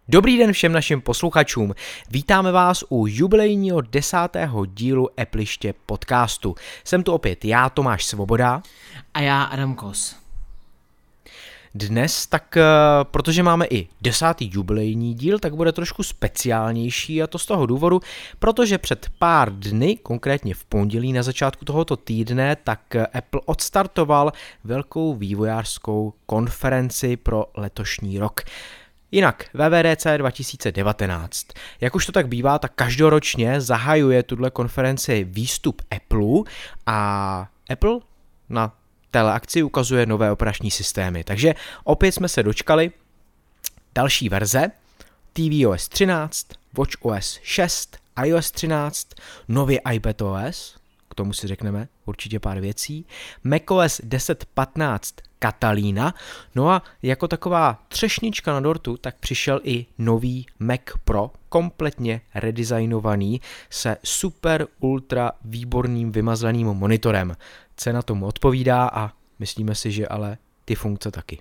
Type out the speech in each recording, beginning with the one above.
Dobrý den všem našim posluchačům. Vítáme vás u jubilejního 10. dílu Appliště podcastu. Jsem tu opět já, Tomáš Svoboda. A já, Adam Kos. Dnes, protože máme i 10. jubilejní díl, tak bude trošku speciálnější, a to z toho důvodu, protože před pár dny, konkrétně v pondělí na začátku tohoto týdne, tak Apple odstartoval velkou vývojářskou konferenci pro letošní rok. Jinak WWDC 2019. Jak už to tak bývá, tak každoročně zahajuje tuhle konferenci výstup Apple a Apple na téhle akci ukazuje nové operační systémy. Takže opět jsme se dočkali další verze tvOS 13, watchOS 6, iOS 13, nově iPadOS, k tomu si řekneme určitě pár věcí, macOS 10.15 Catalina, no a jako taková třešnička na dortu, tak přišel i nový Mac Pro, kompletně redesignovaný se super ultra výborným vymazleným monitorem. Cena tomu odpovídá a myslíme si, že ale ty funkce taky.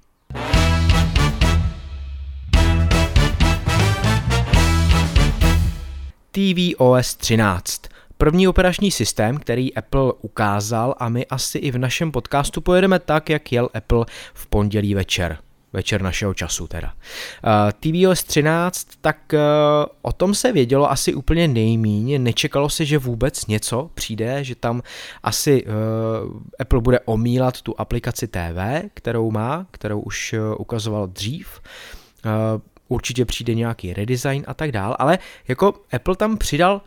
tvOS 13. První operační systém, který Apple ukázal, a my asi i v našem podcastu pojedeme tak, jak jel Apple v pondělí večer našeho času teda. tvOS 13, tak o tom se vědělo asi úplně nejmíň, nečekalo se, že vůbec něco přijde, že tam asi Apple bude omílat tu aplikaci TV, kterou už ukazoval dřív. Určitě přijde nějaký redesign a tak dál, ale jako Apple tam přidal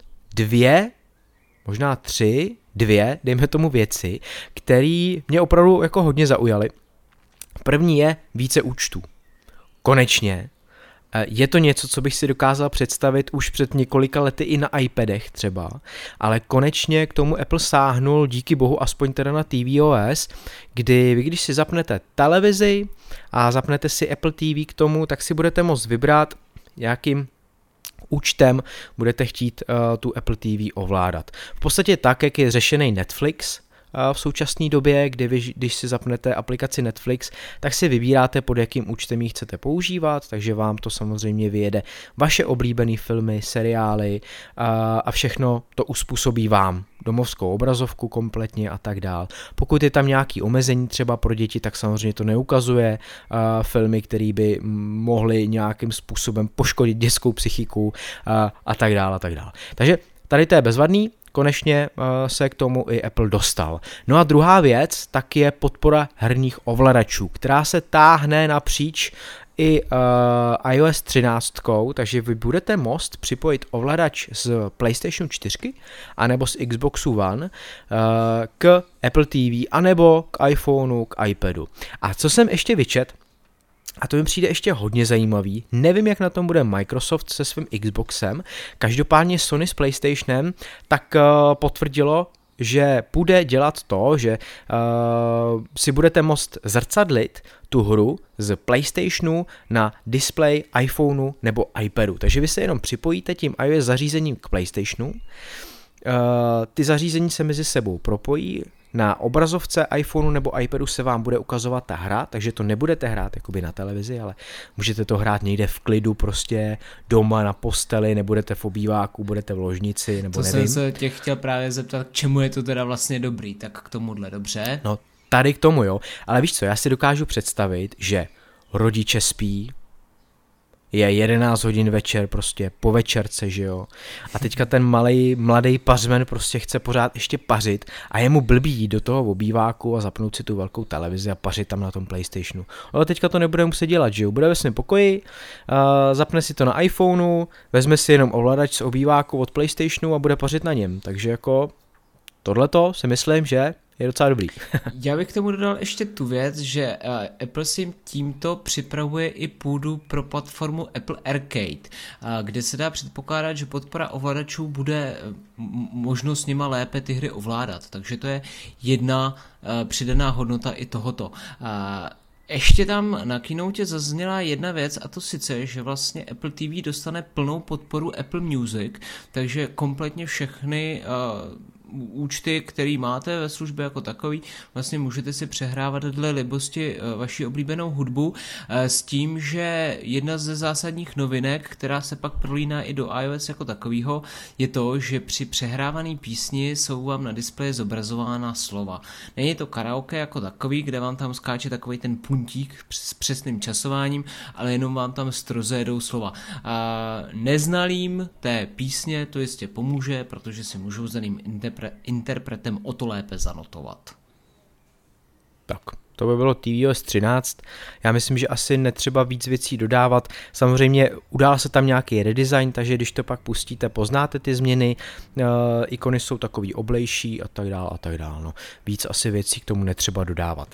možná dvě, dejme tomu věci, které mě opravdu jako hodně zaujaly. První je více účtů. Konečně. Je to něco, co bych si dokázal představit už před několika lety i na iPadech třeba, ale konečně k tomu Apple sáhnul díky bohu aspoň teda na tvOS, kdy vy když si zapnete televizi a zapnete si Apple TV k tomu, tak si budete moct vybrat, jakým účtem budete chtít tu Apple TV ovládat. V podstatě tak, jak je řešený Netflix v současné době, kdy vy, když si zapnete aplikaci Netflix, tak si vybíráte, pod jakým účtem ji chcete používat, takže vám to samozřejmě vyjede vaše oblíbené filmy, seriály a všechno to uspůsobí vám. Domovskou obrazovku kompletně a tak dál. Pokud je tam nějaký omezení třeba pro děti, tak samozřejmě to neukazuje filmy, které by mohly nějakým způsobem poškodit dětskou psychiku a tak dál a tak dál. Takže tady to je bezvadný. Konečně se k tomu i Apple dostal. No a druhá věc, tak je podpora herních ovladačů, která se táhne napříč i iOS 13, takže vy budete moct připojit ovladač z PlayStation 4 anebo z Xboxu One k Apple TV anebo k iPhoneu, k iPadu. A co jsem ještě vyčet, a to mi přijde ještě hodně zajímavý, nevím, jak na tom bude Microsoft se svým Xboxem, každopádně Sony s PlayStationem tak potvrdilo, že bude dělat to, že si budete moct zrcadlit tu hru z PlayStationu na displej iPhoneu nebo iPadu. Takže vy se jenom připojíte tím iOS zařízením k PlayStationu, ty zařízení se mezi sebou propojí, na obrazovce iPhoneu nebo iPadu se vám bude ukazovat ta hra, takže to nebudete hrát jakoby na televizi, ale můžete to hrát někde v klidu, prostě doma na posteli, nebudete v obýváku, budete v ložnici, nebo nevím. To jsem se tě chtěl právě zeptat, k čemu je to teda vlastně dobrý, tak k tomuhle, dobře? No, tady k tomu, jo, ale víš co, já si dokážu představit, že rodiče spí, je 11 hodin večer, prostě po večerce, že jo. A teďka ten mladý pařmen prostě chce pořád ještě pařit a je mu blbý jít do toho obýváku a zapnout si tu velkou televizi a pařit tam na tom PlayStationu. Ale teďka to nebude muset dělat, že jo. Bude ve svém pokoji, zapne si to na iPhoneu, vezme si jenom ovladač z obýváku od PlayStationu a bude pařit na něm. Takže jako tohleto si myslím, že je docela dobrý. Já bych k tomu dodal ještě tu věc, že Apple si tímto připravuje i půdu pro platformu Apple Arcade, kde se dá předpokládat, že podpora ovladačů bude možnost s nima lépe ty hry ovládat. Takže to je jedna přidaná hodnota i tohoto. Ještě tam na keynote zazněla jedna věc, a to sice, že vlastně Apple TV dostane plnou podporu Apple Music, takže kompletně všechny účty, který máte ve službě jako takový, vlastně můžete si přehrávat dle libosti vaši oblíbenou hudbu s tím, že jedna ze zásadních novinek, která se pak prolíná i do iOS jako takovýho, je to, že při přehrávané písni jsou vám na displeji zobrazována slova. Není to karaoke jako takový, kde vám tam skáče takový ten puntík s přesným časováním, ale jenom vám tam stroze jedou slova. Neznalým té písně to jistě pomůže, protože si můžou s daným interpretem o to lépe zanotovat. Tak, to by bylo tvOS 13. Já myslím, že asi netřeba víc věcí dodávat. Samozřejmě udál se tam nějaký redesign, takže když to pak pustíte, poznáte ty změny, ikony jsou takový oblejší a tak dále. No. Víc asi věcí k tomu netřeba dodávat.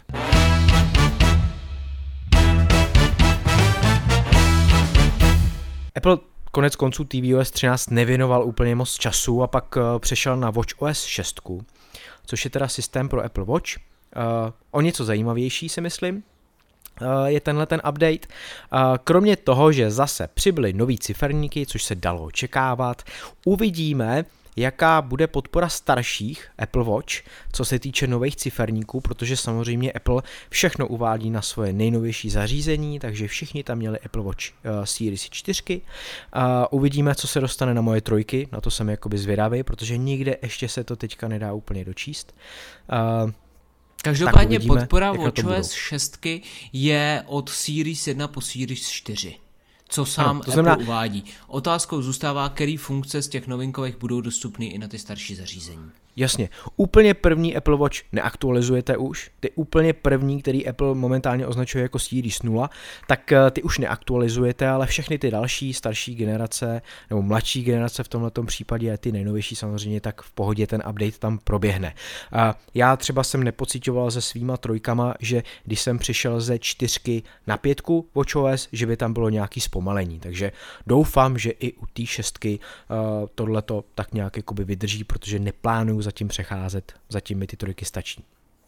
Apple konec konců tvOS 13 nevěnoval úplně moc času a pak přešel na watchOS 6, což je teda systém pro Apple Watch. O něco zajímavější si myslím je tenhle ten update. Kromě toho, že zase přibyly nový ciferníky, což se dalo očekávat, uvidíme, jaká bude podpora starších Apple Watch, co se týče nových ciferníků, protože samozřejmě Apple všechno uvádí na svoje nejnovější zařízení, takže všichni tam měli Apple Watch Series 4. Uvidíme, co se dostane na moje trojky, na to jsem jakoby zvědavý, protože nikde ještě se to teďka nedá úplně dočíst. Každopádně podpora watchOS 6 je od Series 1 po Series 4. Co sám Apple uvádí. Otázkou zůstává, který funkce z těch novinkových budou dostupný i na ty starší zařízení. Jasně. Úplně první Apple Watch neaktualizujete už. Ty úplně první, který Apple momentálně označuje jako Series 0, tak ty už neaktualizujete, ale všechny ty další, starší generace, nebo mladší generace v tomhletom případě, ty nejnovější samozřejmě, tak v pohodě ten update tam proběhne. Já třeba jsem nepociťoval se svýma trojkama, že když jsem přišel ze 4 na 5 watchOS, že by tam bylo nějaký zpomalení. Takže doufám, že i u té 6 tohleto tak nějak jakoby vydrží, protože neplánuju zatím přecházet, zatím mi ty trojky stačí.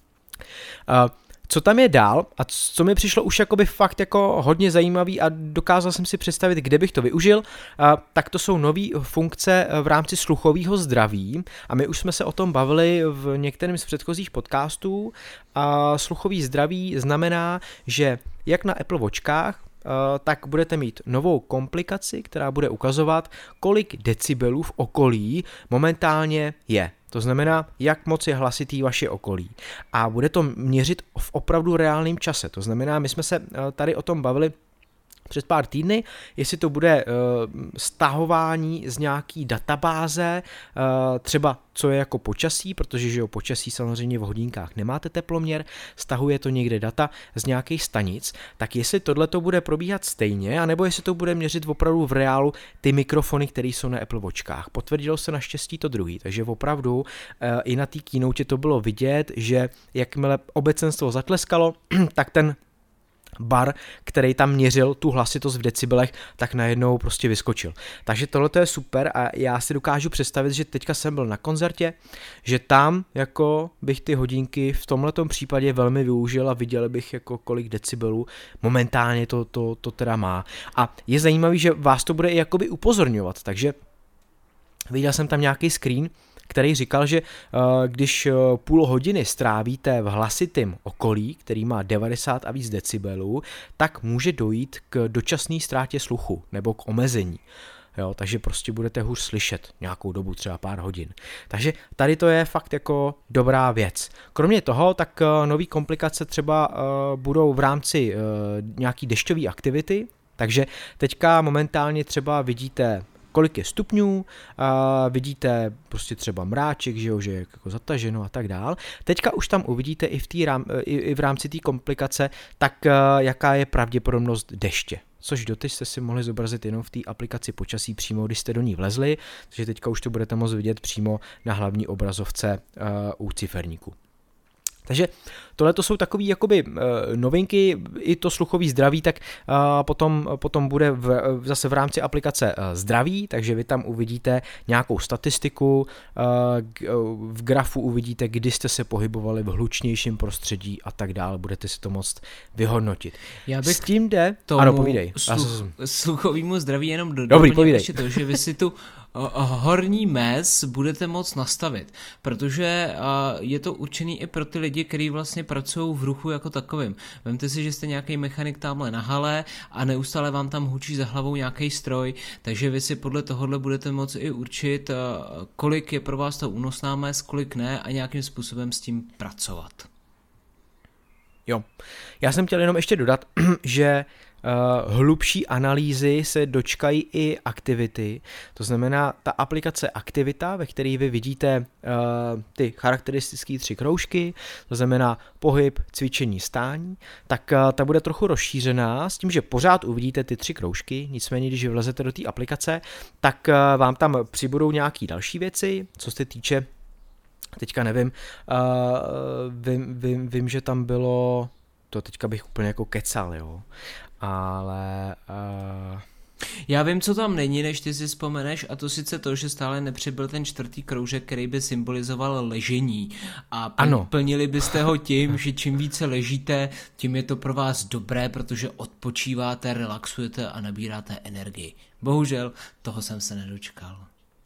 Co tam je dál a co mi přišlo už jakoby fakt jako hodně zajímavý a dokázal jsem si představit, kde bych to využil, tak to jsou nové funkce v rámci sluchového zdraví a my už jsme se o tom bavili v některém z předchozích podcastů. Sluchový zdraví znamená, že jak na Apple Watchkách, tak budete mít novou komplikaci, která bude ukazovat, kolik decibelů v okolí momentálně je. To znamená, jak moc je hlasitý vaše okolí. A bude to měřit v opravdu reálném čase. To znamená, my jsme se tady o tom bavili před pár týdny, jestli to bude stahování z nějaký databáze, třeba co je jako počasí, protože že počasí samozřejmě v hodinkách nemáte teploměr, stahuje to někde data z nějakých stanic, tak jestli tohle to bude probíhat stejně, anebo jestli to bude měřit opravdu v reálu ty mikrofony, které jsou na Apple Watchkách. Potvrdilo se naštěstí to druhý, takže opravdu i na té keynote to bylo vidět, že jakmile obecenstvo zatleskalo, tak ten bar, který tam měřil tu hlasitost v decibelech, tak najednou prostě vyskočil. Takže tohle je super a já si dokážu představit, že teďka jsem byl na koncertě, že tam jako bych ty hodinky v tomhletom případě velmi využil a viděl bych jako kolik decibelů momentálně to teda má. A je zajímavý, že vás to bude i jakoby upozorňovat, takže viděl jsem tam nějaký screen, který říkal, že když půl hodiny strávíte v hlasitém okolí, který má 90 a víc decibelů, tak může dojít k dočasné ztrátě sluchu nebo k omezení. Jo, takže prostě budete hůř slyšet nějakou dobu, třeba pár hodin. Takže tady to je fakt jako dobrá věc. Kromě toho, tak nový komplikace třeba budou v rámci nějaký dešťové aktivity, takže teďka momentálně třeba vidíte kolik je stupňů, vidíte prostě třeba mráček, že je jako zataženo a tak dál. Teďka už tam uvidíte i v rámci té komplikace, tak jaká je pravděpodobnost deště. Což doteď jste si mohli zobrazit jenom v té aplikaci počasí přímo, když jste do ní vlezli, takže teďka už to budete moct vidět přímo na hlavní obrazovce u ciferníku. Takže tohle to jsou takové jakoby novinky, i to sluchový zdraví, tak potom bude zase v rámci aplikace zdraví, takže vy tam uvidíte nějakou statistiku, v grafu uvidíte, kdy jste se pohybovali v hlučnějším prostředí a tak dále, budete si to moct vyhodnotit. Já bych s tím jde, ano, povídej. Sluchovému zdraví jenom doplnil ještě to, že vy si tu horní mez budete moct nastavit, protože je to určený i pro ty lidi, kteří vlastně pracují v ruchu jako takovým. Vemte si, že jste nějaký mechanik tamhle na hale a neustále vám tam hučí za hlavou nějaký stroj, takže vy si podle tohohle budete moct i určit, kolik je pro vás to únosná mez, kolik ne a nějakým způsobem s tím pracovat. Jo, já jsem chtěl jenom ještě dodat, že hlubší analýzy se dočkají i aktivity, to znamená ta aplikace aktivita, ve které vy vidíte ty charakteristické 3 kroužky, to znamená pohyb, cvičení, stání, tak ta bude trochu rozšířená s tím, že pořád uvidíte ty 3 kroužky, nicméně když vlezete do té aplikace, tak vám tam přibudou nějaké další věci, co se týče, teďka nevím, vím, že tam bylo, to teďka bych úplně jako kecal, jo, ale... Já vím, co tam není, než ty si vzpomeneš, a to sice to, že stále nepřibyl ten 4. kroužek, který by symbolizoval ležení a plnili byste ho tím, že čím více ležíte, tím je to pro vás dobré, protože odpočíváte, relaxujete a nabíráte energii. Bohužel, toho jsem se nedočkal.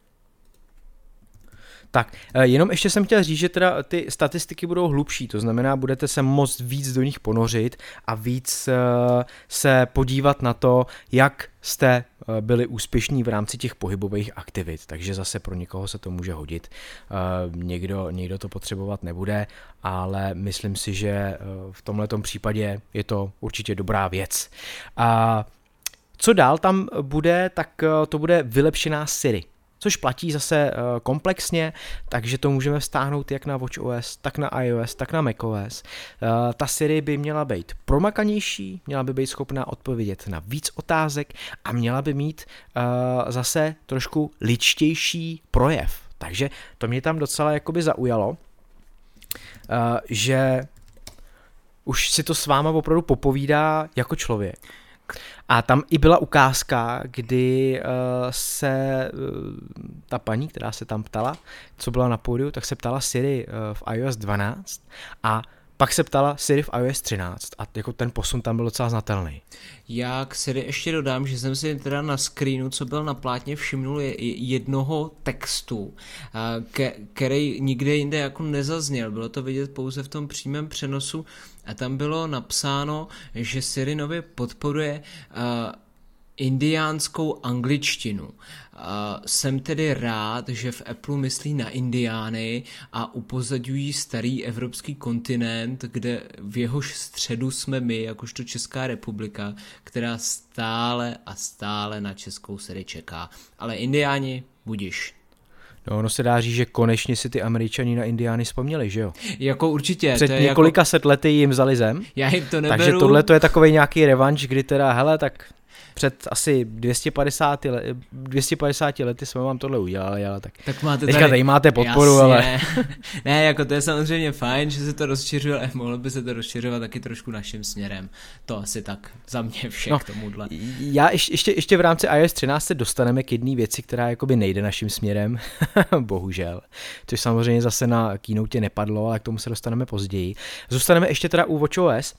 Tak, jenom ještě jsem chtěl říct, že teda ty statistiky budou hlubší, to znamená, budete se moct víc do nich ponořit a víc se podívat na to, jak jste byli úspěšní v rámci těch pohybových aktivit, takže zase pro někoho se to může hodit, někdo to potřebovat nebude, ale myslím si, že v tomhletom případě je to určitě dobrá věc. A co dál tam bude, tak to bude vylepšená Siri, což platí zase komplexně, takže to můžeme vztáhnout jak na watchOS, tak na iOS, tak na macOS. Ta Siri by měla být promakanější, měla by být schopná odpovědět na víc otázek a měla by mít zase trošku lidštější projev. Takže to mě tam docela jakoby zaujalo, že už si to s váma opravdu popovídá jako člověk. A tam i byla ukázka, kdy se ta paní, která se tam ptala, co byla na pódiu, tak se ptala Siri v iOS 12 a pak se ptala Siri v iOS 13 a jako ten posun tam byl docela znatelný. Já k Siri ještě dodám, že jsem si teda na screenu, co byl na plátně, všimnul jednoho textu, který nikde jinde jako nezazněl. Bylo to vidět pouze v tom přímém přenosu a tam bylo napsáno, že Siri nově podporuje indiánskou angličtinu. Jsem tedy rád, že v Apple myslí na Indiány a upozaďují starý evropský kontinent, kde v jehož středu jsme my, jakožto Česká republika, která stále a stále na českou Siri čeká. Ale Indiáni, budiš. No, ono se dá říct, že konečně si ty Američani na Indiány vzpomněli, že jo? Jako určitě. Před několika set lety jim vzali zem. Já jim to neberu. Takže tohle to je takovej nějaký revanš, kdy teda, hele, tak před asi 250 lety jsme vám tohle udělali, ale tak máte tady máte podporu, jasně. ale... Ne, jako to je samozřejmě fajn, že se to rozšiřuje, ale mohlo by se to rozšiřovat taky trošku naším směrem. To asi tak za mě vše k tomuhle. Já ještě v rámci iOS 13 se dostaneme k jedné věci, která jakoby nejde naším směrem, bohužel, což samozřejmě zase na keynote nepadlo, ale k tomu se dostaneme později. Zůstaneme ještě teda u watchOS.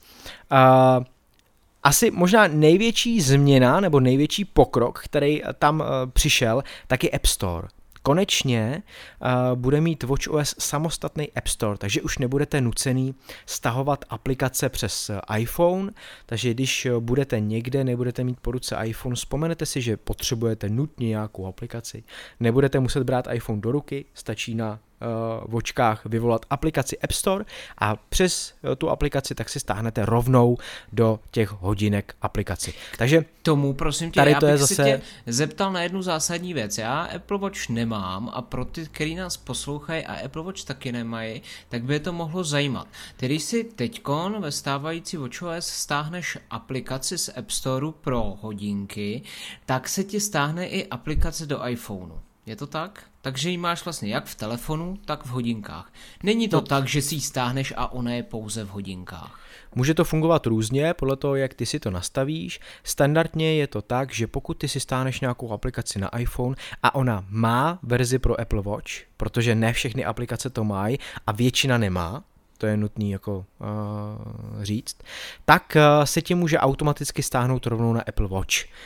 Asi možná největší změna nebo největší pokrok, který tam přišel, tak je App Store. Konečně bude mít watchOS samostatný App Store, takže už nebudete nucený stahovat aplikace přes iPhone, takže když budete někde, nebudete mít po ruce iPhone, vzpomenete si, že potřebujete nutně nějakou aplikaci, nebudete muset brát iPhone do ruky, stačí na v očkách vyvolat aplikaci App Store a přes tu aplikaci tak si stáhnete rovnou do těch hodinek aplikaci. Takže tomu, prosím tě, já bych se tě zeptal na jednu zásadní věc. Já Apple Watch nemám a pro ty, který nás poslouchají a Apple Watch taky nemají, tak by je to mohlo zajímat. Tedy si teďkon ve stávající watchOS stáhneš aplikaci z App Storeu pro hodinky, tak se ti stáhne i aplikace do iPhoneu. Je to tak? Takže ji máš vlastně jak v telefonu, tak v hodinkách. Není to tak, že si ji stáhneš a ona je pouze v hodinkách. Může to fungovat různě, podle toho, jak ty si to nastavíš. Standardně je to tak, že pokud ty si stáhneš nějakou aplikaci na iPhone a ona má verzi pro Apple Watch, protože ne všechny aplikace to mají a většina nemá, to je nutný jako říct, tak se ti může automaticky stáhnout rovnou na Apple Watch.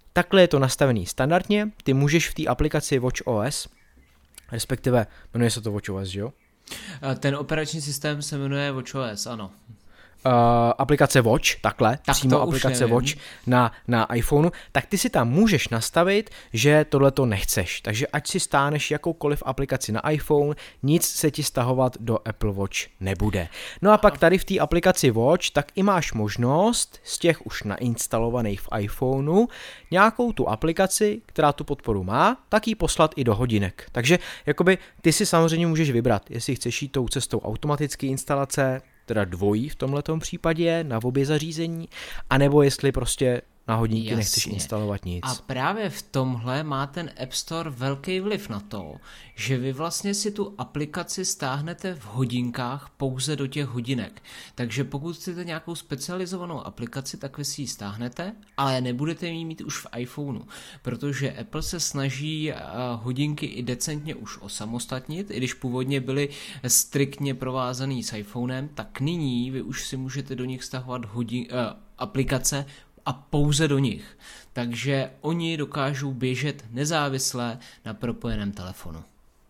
Takhle je to nastavený standardně, ty můžeš v té aplikaci WatchOS, respektive jmenuje se to WatchOS, že jo? Ten operační systém se jmenuje WatchOS, ano. Aplikace Watch, takhle, tak přímo aplikace Watch na iPhoneu, tak ty si tam můžeš nastavit, že tohleto nechceš. Takže ať si stáneš jakoukoliv aplikaci na iPhone, nic se ti stahovat do Apple Watch nebude. No a pak tady v té aplikaci Watch, tak i máš možnost z těch už nainstalovaných v iPhoneu nějakou tu aplikaci, která tu podporu má, tak ji poslat i do hodinek. Takže jakoby ty si samozřejmě můžeš vybrat, jestli chceš jít tou cestou automatické instalace, teda dvojí v tomhletom případě na obě zařízení, anebo jestli prostě na hodinky nechceš instalovat nic. A právě v tomhle má ten App Store velký vliv na to, že vy vlastně si tu aplikaci stáhnete v hodinkách pouze do těch hodinek. Takže pokud chcete nějakou specializovanou aplikaci, tak vy si ji stáhnete, ale nebudete ji mít už v iPhoneu, protože Apple se snaží hodinky i decentně už osamostatnit, i když původně byly striktně provázaný s iPhonem, tak nyní vy už si můžete do nich stahovat aplikace a pouze do nich. Takže oni dokážou běžet nezávisle na propojeném telefonu.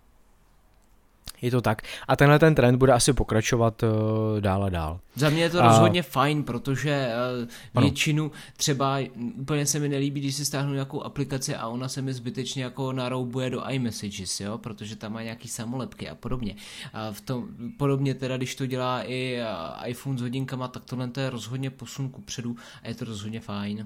Je to tak. A tenhle ten trend bude asi pokračovat dál a dál. Za mě je to rozhodně fajn, protože většinu třeba úplně se mi nelíbí, když si stáhnu nějakou aplikaci a ona se mi zbytečně jako naroubuje do iMessages, jo? Protože tam má nějaký samolepky a podobně. A podobně teda, když to dělá i iPhone s hodinkama, tak tohle je rozhodně posun kupředu a je to rozhodně fajn.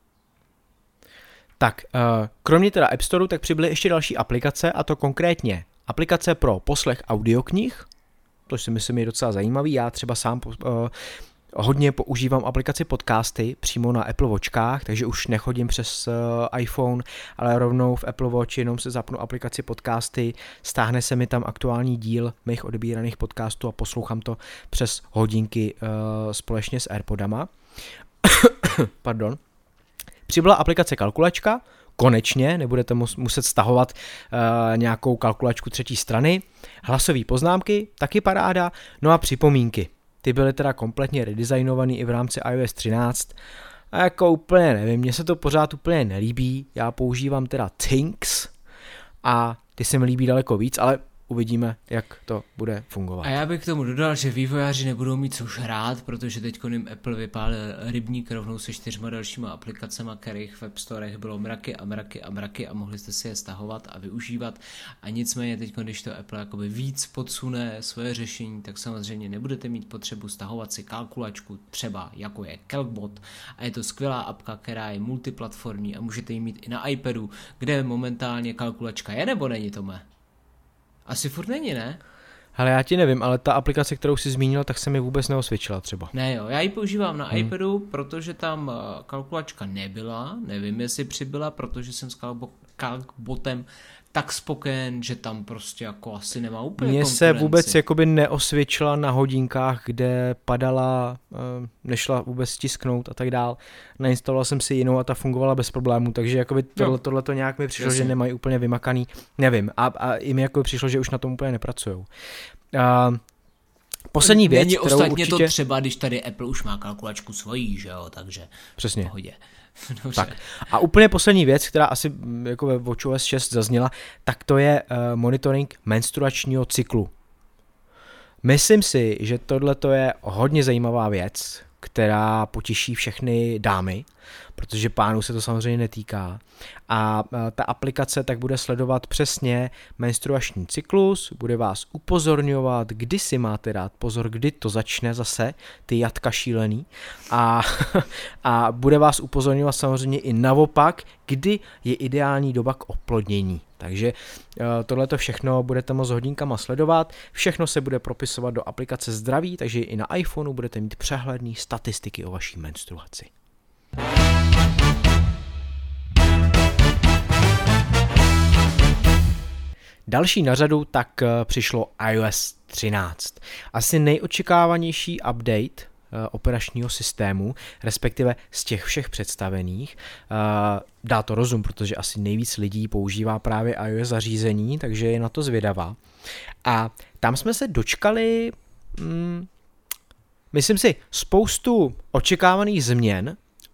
Tak, kromě teda App Store, tak přibyly ještě další aplikace, a to konkrétně aplikace pro poslech audioknih, to si myslím je docela zajímavý, já třeba sám hodně používám aplikaci podcasty přímo na Apple Watchkách, takže už nechodím přes iPhone, ale rovnou v Apple Watch jenom se zapnu aplikaci podcasty, stáhne se mi tam aktuální díl mých odebíraných podcastů a poslouchám to přes hodinky společně s AirPodama. Pardon. Přibyla aplikace kalkulačka, konečně, nebudete muset stahovat nějakou kalkulačku třetí strany, hlasové poznámky, taky paráda, no a připomínky. Ty byly teda kompletně redesignovaný i v rámci iOS 13 a jako úplně nevím, mně se to pořád úplně nelíbí, já používám teda Things a ty se mi líbí daleko víc, ale uvidíme, jak to bude fungovat. A já bych k tomu dodal, že vývojáři nebudou mít co žrát, protože teď jim Apple vypálil rybník rovnou se 4 dalšíma aplikacemi, kterých v App Storech bylo mraky a mraky a mraky a mohli jste si je stahovat a využívat. A nicméně teď, když to Apple jakoby víc podsune svoje řešení, tak samozřejmě nebudete mít potřebu stahovat si kalkulačku, třeba jako je Calcbot. A je to skvělá apka, která je multiplatformní a můžete ji mít i na iPadu, kde momentálně kalkulačka je, nebo není, Tome? Asi furt není, ne? Hele, já ti nevím, ale ta aplikace, kterou jsi zmínil, tak se mi vůbec neosvědčila třeba. Ne jo, já ji používám na iPadu, protože tam kalkulačka nebyla, nevím, jestli přibyla, protože jsem s Calcbotem tak spokojen, že tam prostě jako asi nemá úplně Mně se vůbec jakoby neosvědčila na hodinkách, kde padala, nešla vůbec stisknout a tak dál. Nainstaloval jsem si jinou a ta fungovala bez problémů, takže jakoby tohleto nějak mi přišlo, že nemají úplně vymakaný, nevím. A i mi jako přišlo, že už na tom úplně nepracujou. Poslední věc, kterou ostatně určitě... to třeba, když tady Apple už má kalkulačku svojí, že jo, takže přesně. V pohodě. Tak. A úplně poslední věc, která asi jako ve WatchOS 6 zazněla, tak to je monitoring menstruačního cyklu. Myslím si, že tohle je hodně zajímavá věc, která potěší všechny dámy, protože pánů se to samozřejmě netýká. A ta aplikace tak bude sledovat přesně menstruační cyklus, bude vás upozorňovat, kdy si máte dát pozor, kdy to začne zase, ty jatka šílený. A bude vás upozorňovat samozřejmě i naopak, kdy je ideální doba k oplodnění. Takže tohleto všechno budete moct hodinkama sledovat, všechno se bude propisovat do aplikace Zdraví, takže i na iPhoneu budete mít přehledný statistiky o vaší menstruaci. Další na řadu tak přišlo iOS 13. Asi nejočekávanější update operačního systému, respektive z těch všech představených. Dá to rozum, protože asi nejvíc lidí používá právě iOS zařízení, takže je na to zvědavá. A tam jsme se dočkali, myslím si, spoustu očekávaných změn,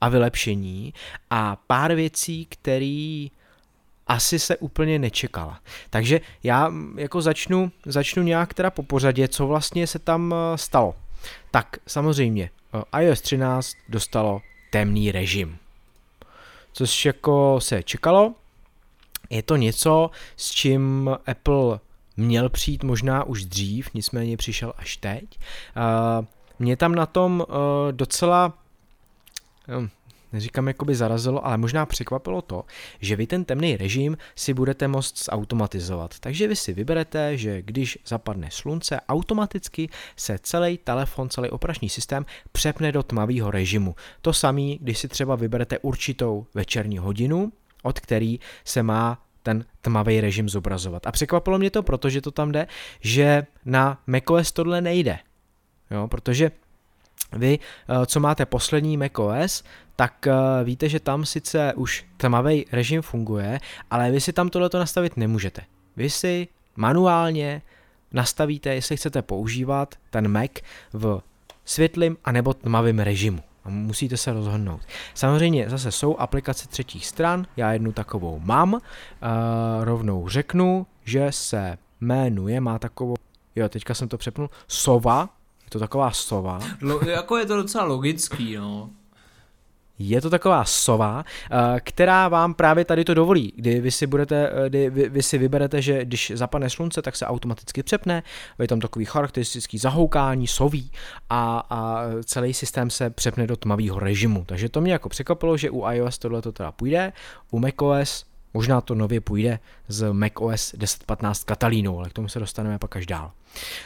a vylepšení a pár věcí, které asi se úplně nečekala. Takže já jako začnu nějak teda po pořadě, co vlastně se tam stalo. Tak samozřejmě iOS 13 dostalo temný režim, což jako se čekalo. Je to něco, s čím Apple měl přijít možná už dřív, nicméně přišel až teď. Mě tam na tom docela, neříkám jakoby zarazilo, ale možná překvapilo to, že vy ten temný režim si budete moct zautomatizovat. Takže vy si vyberete, že když zapadne slunce, automaticky se celý telefon, celý operační systém přepne do tmavého režimu. To samé, když si třeba vyberete určitou večerní hodinu, od který se má ten tmavý režim zobrazovat. A překvapilo mě to, protože to tam jde, že na macOS tohle nejde. Jo, protože vy, co máte poslední macOS, tak víte, že tam sice už tmavý režim funguje, ale vy si tam tohleto nastavit nemůžete. Vy si manuálně nastavíte, jestli chcete používat ten Mac v světlým anebo tmavým režimu. A musíte se rozhodnout. Samozřejmě zase jsou aplikace třetích stran, já jednu takovou mám, rovnou řeknu, že se jmenuje, má takovou, teďka jsem to přepnul, Sova, je to taková sova. Jako je to docela logický, no. Je to taková sova, která vám právě tady to dovolí, kdy vy si vyberete, že když zapadne slunce, tak se automaticky přepne, je tam takový charakteristický zahoukání soví a celý systém se přepne do tmavého režimu. Takže to mě jako překvapilo, že u iOS tohleto teda půjde, u macOS možná to nově půjde z macOS 10.15 Catalínou, ale k tomu se dostaneme pak až dál.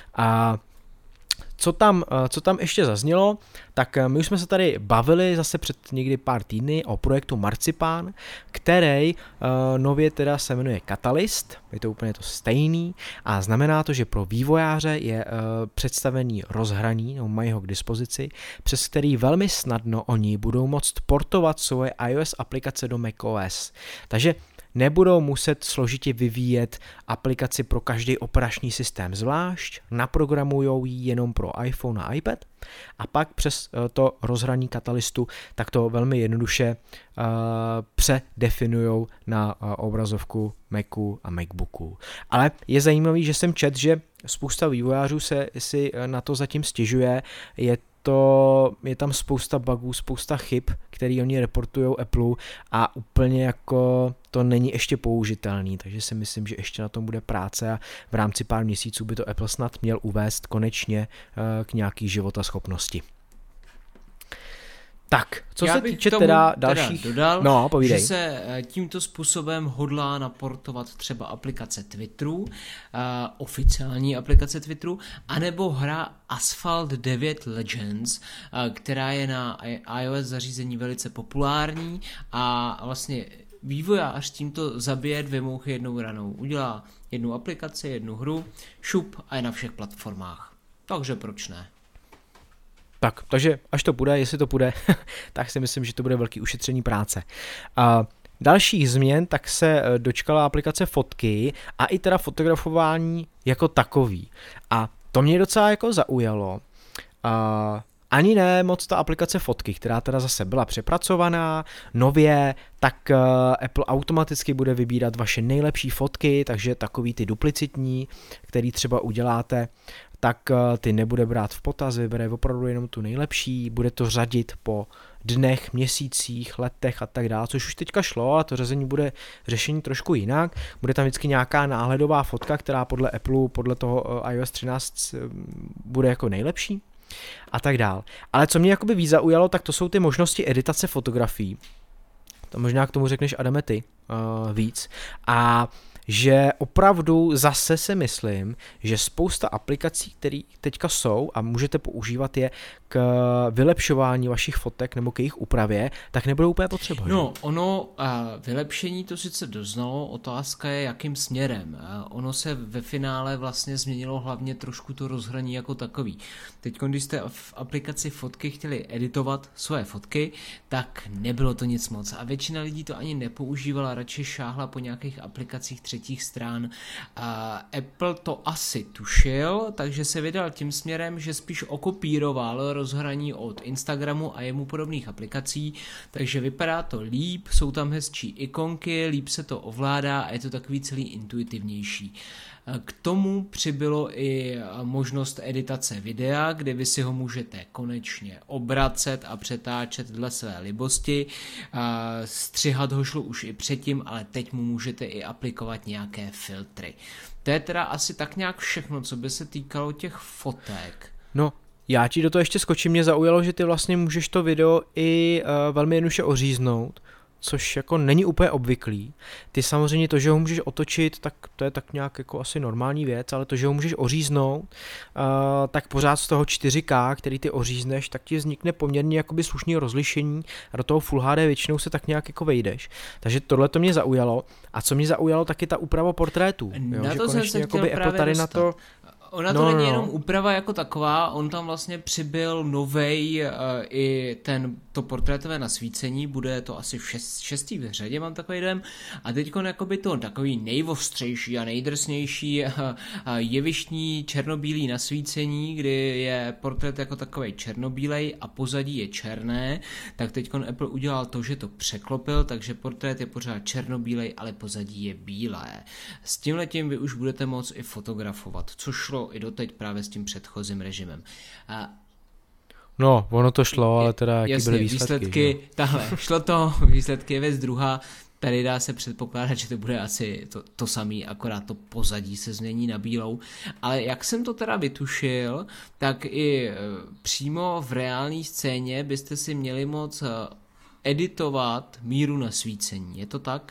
Co tam ještě zaznělo, tak my už jsme se tady bavili zase před někdy pár týdny o projektu Marzipan, který nově teda se jmenuje Catalyst, je to úplně to stejný a znamená to, že pro vývojáře je představený rozhraní, no mají ho k dispozici, přes který velmi snadno oni budou moct portovat svoje iOS aplikace do macOS. Takže nebudou muset složitě vyvíjet aplikaci pro každý operační systém zvlášť, naprogramujou ji jenom pro iPhone a iPad a pak přes to rozhraní Catalystu tak to velmi jednoduše předefinujou na obrazovku Macu a Macbooku. Ale je zajímavý, že jsem četl, že spousta vývojářů si na to zatím stěžuje, je tam spousta bugů, spousta chyb, který oni reportujou Apple a úplně jako to není ještě použitelný, takže si myslím, že ještě na tom bude práce a v rámci pár měsíců by to Apple snad měl uvést konečně k nějaký životaschopnosti. Tak, co se týče teda dalších... dodal, že se tímto způsobem hodlá naportovat třeba aplikace Twitteru, oficiální aplikace Twitteru, anebo hra Asphalt 9 Legends, která je na iOS zařízení velice populární a vlastně vývojář tímto zabije 2 mouchy jednou ranou. Udělá jednu aplikaci, jednu hru, šup a je na všech platformách. Takže proč ne? Takže až to půjde, jestli to půjde, tak si myslím, že to bude velký ušetření práce. Dalších změn tak se dočkala aplikace Fotky a i teda fotografování jako takový. A to mě docela jako zaujalo. Ani ne moc ta aplikace Fotky, která teda zase byla přepracovaná nově, tak Apple automaticky bude vybírat vaše nejlepší fotky, takže takový ty duplicitní, který třeba uděláte, tak ty nebude brát v potaz, vybere opravdu jenom tu nejlepší, bude to řadit po dnech, měsících, letech a tak dále, což už teďka šlo, ale to řazení bude řešení trošku jinak. Bude tam vždycky nějaká náhledová fotka, která podle Apple, podle toho iOS 13 bude jako nejlepší a tak dál. Ale co mě jakoby víc zaujalo, tak to jsou ty možnosti editace fotografií. To možná k tomu řekneš, Adame, ty víc. A že opravdu zase si myslím, že spousta aplikací, které teďka jsou a můžete používat je k vylepšování vašich fotek nebo k jejich úpravě, tak nebudou úplně potřeba. No, ono vylepšení to sice doznalo, otázka je jakým směrem. Ono se ve finále vlastně změnilo hlavně trošku to rozhraní jako takový. Teď, když jste v aplikaci Fotky chtěli editovat svoje fotky, tak nebylo to nic moc a většina lidí to ani nepoužívala, radši šáhla po nějakých aplikacích třetích třetích stran. Apple to asi tušil, takže se vydal tím směrem, že spíš okopíroval rozhraní od Instagramu a jemu podobných aplikací, takže vypadá to líp, jsou tam hezčí ikonky, líp se to ovládá a je to takový celý intuitivnější. K tomu přibylo i možnost editace videa, kde vy si ho můžete konečně obracet a přetáčet dle své libosti. Střihat ho šlo už i předtím, ale teď mu můžete i aplikovat nějaké filtry. To je teda asi tak nějak všechno, co by se týkalo těch fotek. No, já ti do toho ještě skočím, mě zaujalo, že ty vlastně můžeš to video i velmi jednoduše oříznout, což jako není úplně obvyklý. Ty samozřejmě to, že ho můžeš otočit, tak to je tak nějak jako asi normální věc, ale to, že ho můžeš oříznout, tak pořád z toho 4K, který ty ořízneš, tak ti vznikne poměrně jakoby slušný rozlišení a do toho Full HD většinou se tak nějak jako vejdeš. Takže tohle to mě zaujalo. A co mě zaujalo, taky ta úprava portrétů. Jo? Na že to jsem se chtěl Apple právě tady dostat. na to. Ona to není jenom úprava jako taková, on tam vlastně přibyl novej i to portrétové nasvícení, bude to asi v šestý v řadě, mám takový dojem, a teďkon jakoby to takový nejostřejší a nejdrsnější jevištní černobílý nasvícení, kdy je portrét jako takovej černobílej a pozadí je černé, tak teďkon Apple udělal to, že to překlopil, takže portrét je pořád černobílej, ale pozadí je bílé. S tímhletím vy už budete moct i fotografovat, což šlo i doteď právě s tím předchozím režimem. No, ono to šlo, ale teda jaký byly výsledky šlo to, výsledky je věc druhá, tady dá se předpokládat, že to bude asi to samý, akorát to pozadí se změní na bílou, ale jak jsem to teda vytušil, tak i přímo v reálné scéně byste si měli moct editovat míru nasvícení, je to tak?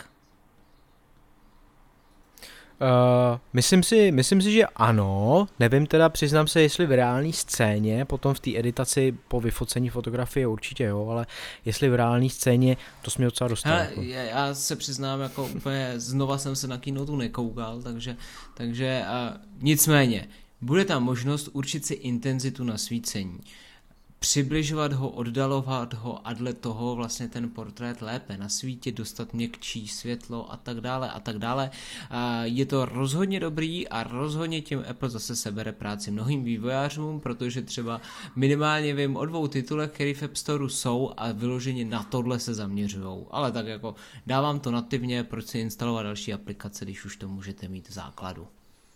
Myslím si, že ano, nevím teda, přiznám se, jestli v reální scéně, potom v té editaci po vyfocení fotografie určitě jo, ale jestli v reální scéně, to jsi mě docela dostal. Já se přiznám, jako úplně znova jsem se na Keynoteu nekoukal, takže nicméně, bude tam možnost určit si intenzitu nasvícení. Přibližovat ho, oddalovat ho a dle toho vlastně ten portrét lépe nasvítit, dostat měkčí světlo a tak dále a tak dále. Je to rozhodně dobrý a rozhodně tím Apple zase sebere práci mnohým vývojářům, protože třeba minimálně vím o 2 titulech, které v App Storeu jsou a vyloženě na tohle se zaměřujou. Ale tak jako dávám to nativně, proč si instalovat další aplikace, když už to můžete mít v základu.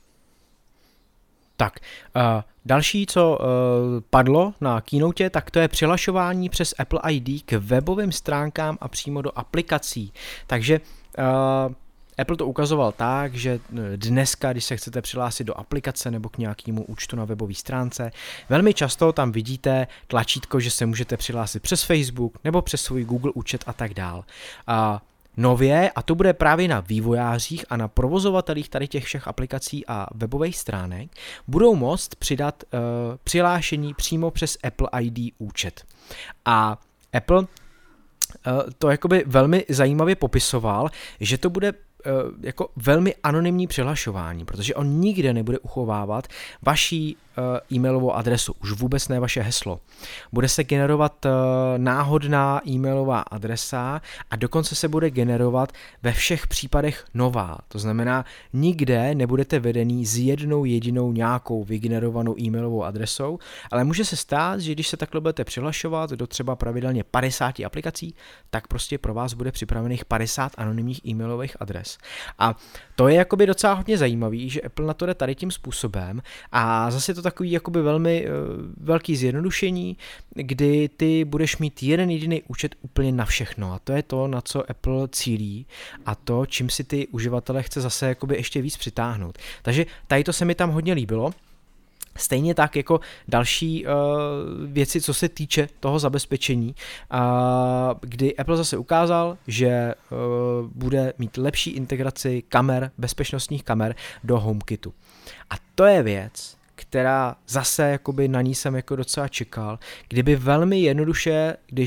Tak, další, co padlo na Keynote, tak to je přihlašování přes Apple ID k webovým stránkám a přímo do aplikací. Takže Apple to ukazoval tak, že dneska, když se chcete přihlásit do aplikace nebo k nějakému účtu na webové stránce, velmi často tam vidíte tlačítko, že se můžete přihlásit přes Facebook nebo přes svůj Google účet a tak dál. Nově, a to bude právě na vývojářích a na provozovatelích tady těch všech aplikací a webových stránek, budou moct přidat přihlášení přímo přes Apple ID účet. A Apple to jakoby velmi zajímavě popisoval, že to bude jako velmi anonymní přihlašování, protože on nikde nebude uchovávat vaší e-mailovou adresu, už vůbec ne vaše heslo. Bude se generovat náhodná e-mailová adresa a dokonce se bude generovat ve všech případech nová. To znamená, nikde nebudete vedený s jednou jedinou nějakou vygenerovanou e-mailovou adresou, ale může se stát, že když se takhle budete přihlašovat do třeba pravidelně 50 aplikací, tak prostě pro vás bude připravených 50 anonymních e-mailových adres. A to je jakoby docela hodně zajímavý, že Apple na to jde tady tím způsobem a zase je to takový jakoby velmi velký zjednodušení, kdy ty budeš mít jeden jediný účet úplně na všechno a to je to, na co Apple cílí a to, čím si ty uživatele chce zase jakoby ještě víc přitáhnout. Takže tady to se mi tam hodně líbilo. Stejně tak jako další věci, co se týče toho zabezpečení, kdy Apple zase ukázal, že bude mít lepší integraci kamer, bezpečnostních kamer do HomeKitu. A to je věc, která zase jakoby na ní jsem jako docela čekal, kdyby velmi jednoduše, když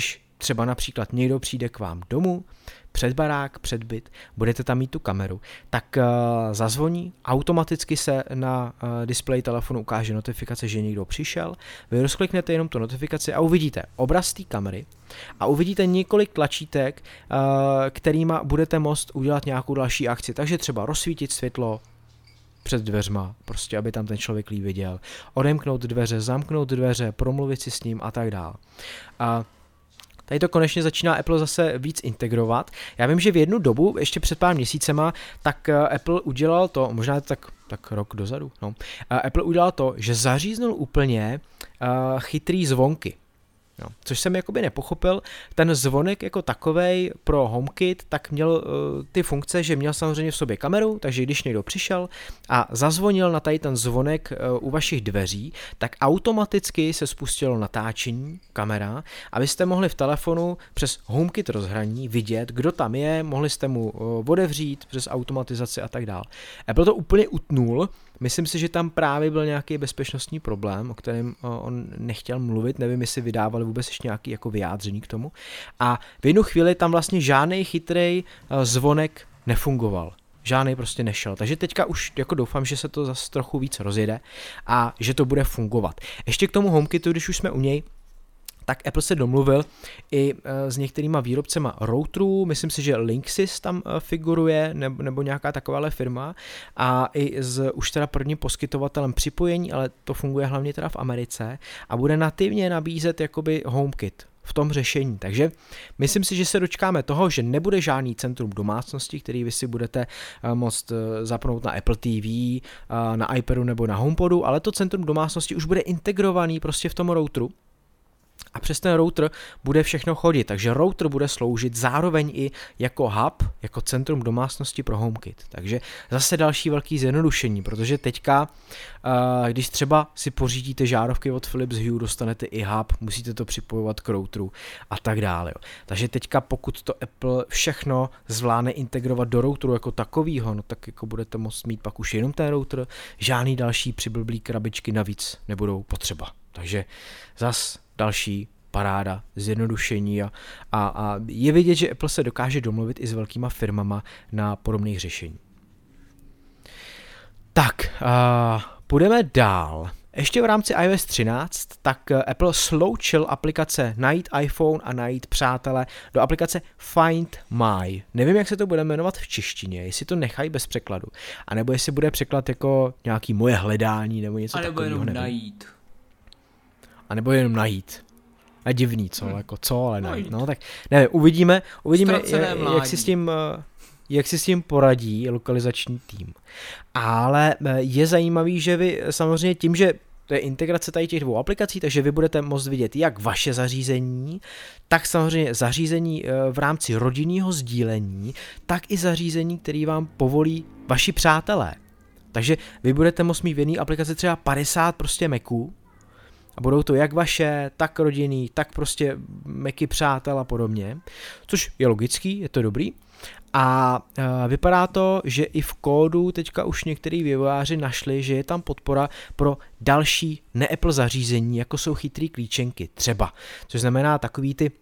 třeba například někdo přijde k vám domů, před barák, před byt, budete tam mít tu kameru, tak zazvoní, automaticky se na displeji telefonu ukáže notifikace, že někdo přišel, vy rozkliknete jenom tu notifikaci a uvidíte obraz té kamery a uvidíte několik tlačítek, kterýma budete moct udělat nějakou další akci, takže třeba rozsvítit světlo před dveřma, prostě aby tam ten člověk líp viděl, odemknout dveře, zamknout dveře, promluvit si s ním a tak dále. Tady to konečně začíná Apple zase víc integrovat. Já vím, že v jednu dobu, ještě před pár měsícema, tak Apple udělal to, možná tak rok dozadu, Apple udělal to, že zaříznul úplně chytrý zvonky. No, což jsem jakoby nepochopil, ten zvonek jako takovej pro HomeKit tak měl ty funkce, že měl samozřejmě v sobě kameru, takže když někdo přišel a zazvonil na tady ten zvonek u vašich dveří, tak automaticky se spustilo natáčení kamera a vy jste mohli v telefonu přes HomeKit rozhraní vidět, kdo tam je, mohli jste mu otevřít přes automatizaci a tak dále. Apple to úplně utnul. Myslím si, že tam právě byl nějaký bezpečnostní problém, o kterém on nechtěl mluvit, nevím, jestli vydávali vůbec ještě nějaké jako vyjádření k tomu. A v jednu chvíli tam vlastně žádný chytrý zvonek nefungoval. Žádný prostě nešel. Takže teďka už jako doufám, že se to zase trochu víc rozjede a že to bude fungovat. Ještě k tomu HomeKitu, když už jsme u něj, tak Apple se domluvil i s některýma výrobcema routerů, myslím si, že Linksys tam figuruje, nebo nějaká takováhle firma a i s už teda prvním poskytovatelem připojení, ale to funguje hlavně teda v Americe a bude nativně nabízet jakoby HomeKit v tom řešení. Takže myslím si, že se dočkáme toho, že nebude žádný centrum domácnosti, který vy si budete moct zapnout na Apple TV, na iPadu nebo na HomePodu, ale to centrum domácnosti už bude integrovaný prostě v tom routeru. A přes ten router bude všechno chodit, takže router bude sloužit zároveň i jako hub, jako centrum domácnosti pro HomeKit. Takže zase další velký zjednodušení, protože teďka, když třeba si pořídíte žárovky od Philips Hue, dostanete i hub, musíte to připojovat k routeru a tak dále. Jo. Takže teďka pokud to Apple všechno zvládne integrovat do routeru jako takovýho, no tak jako budete moct mít pak už jenom ten router, žádný další přiblblý krabičky navíc nebudou potřeba. Takže zas další paráda, zjednodušení a je vidět, že Apple se dokáže domluvit i s velkýma firmama na podobných řešení. Tak, půjdeme dál. Ještě v rámci iOS 13, tak Apple sloučil aplikace Najít iPhone a Najít přátele do aplikace Find My. Nevím, jak se to bude jmenovat v češtině, jestli to nechají bez překladu, anebo jestli bude překlad jako nějaký moje hledání nebo něco takového. A nebo jenom najít. A nebo jenom najít. A divný, co, jako co, ale najít. No tak nevím, uvidíme jak si s tím poradí lokalizační tým. Ale je zajímavý, že vy samozřejmě tím, že to je integrace tady těch dvou aplikací, takže vy budete moct vidět jak vaše zařízení, tak samozřejmě zařízení v rámci rodinného sdílení, tak i zařízení, který vám povolí vaši přátelé. Takže vy budete moct mít v jedné aplikaci třeba 50 prostě Maců, a budou to jak vaše, tak rodinný, tak prostě Macy přátel a podobně, což je logický, je to dobrý. A vypadá to, že i v kódu teďka už některý vývojáři našli, že je tam podpora pro další ne-Apple zařízení, jako jsou chytrý klíčenky třeba, což znamená takový ty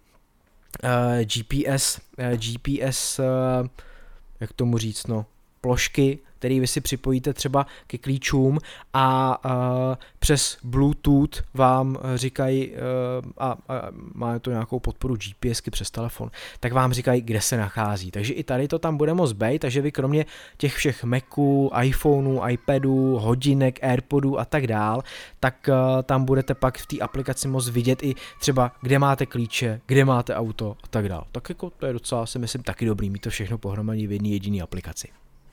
GPS, jak tomu říct, no, plošky, který vy si připojíte třeba ke klíčům a přes Bluetooth vám říkají, a má to nějakou podporu GPSky přes telefon, tak vám říkají, kde se nachází. Takže i tady to tam bude moc být, takže vy kromě těch všech Maců, iPhoneů, iPadů, hodinek, AirPodů a tak dál, tak tam budete pak v té aplikaci moc vidět i třeba, kde máte klíče, kde máte auto a tak dál. Tak jako to je docela, si myslím, taky dobrý mít to všechno pohromadě v jedné jediné aplikaci.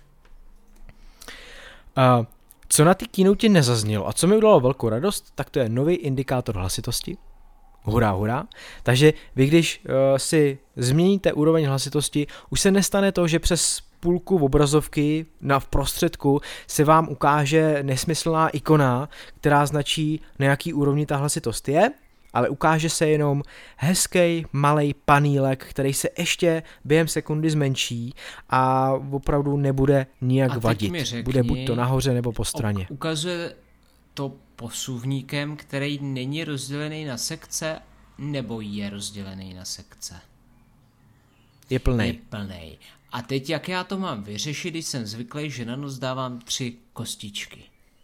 Co na té keynote nezaznělo a co mi udělalo velkou radost, tak to je nový indikátor hlasitosti. Hurá, hurá. Takže vy, když si změníte úroveň hlasitosti, už se nestane to, že přes půlku obrazovky v prostředku se vám ukáže nesmyslná ikona, která značí, na jaký úrovni ta hlasitost je, ale ukáže se jenom hezký malej panílek, který se ještě během sekundy zmenší a opravdu nebude nijak vadit. Řekni, bude buď to nahoře nebo po straně. Ukazuje to posuvníkem, který není rozdělený na sekce, nebo je rozdělený na sekce? Je plnej. Je plnej. A teď jak já to mám vyřešit, když jsem zvyklý, že na noc dávám 3 kostičky?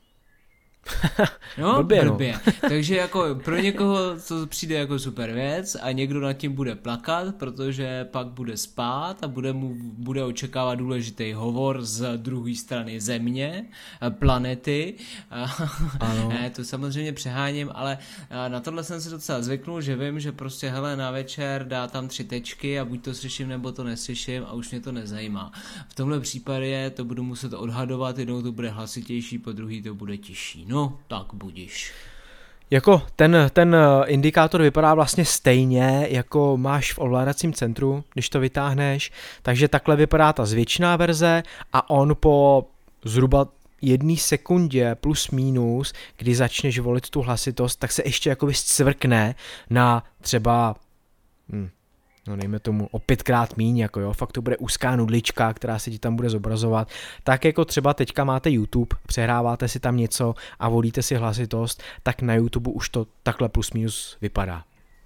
No, blbě. Takže jako pro někoho to přijde jako super věc a někdo nad tím bude plakat, protože pak bude spát a bude očekávat důležitý hovor z druhé strany země, planety. Ano. To samozřejmě přeháním, ale na tohle jsem si docela zvyknul, že vím, že prostě hele na večer dá tam 3 tečky a buď to slyším, nebo to neslyším a už mě to nezajímá. V tomhle případě to budu muset odhadovat, jednou to bude hlasitější, po druhý to bude tižší. No, tak budiš. Jako ten indikátor vypadá vlastně stejně, jako máš v ovládacím centru, když to vytáhneš, takže takhle vypadá ta zvětšená verze a on po zhruba 1 sekundě plus minus, kdy začneš volit tu hlasitost, tak se ještě jakoby zcvrkne na třeba no dejme tomu o 5krát míň, jako jo, fakt to bude úzká nudlička, která se ti tam bude zobrazovat, tak jako třeba teďka máte YouTube, přehráváte si tam něco a volíte si hlasitost, tak na YouTube už to takhle plus minus vypadá.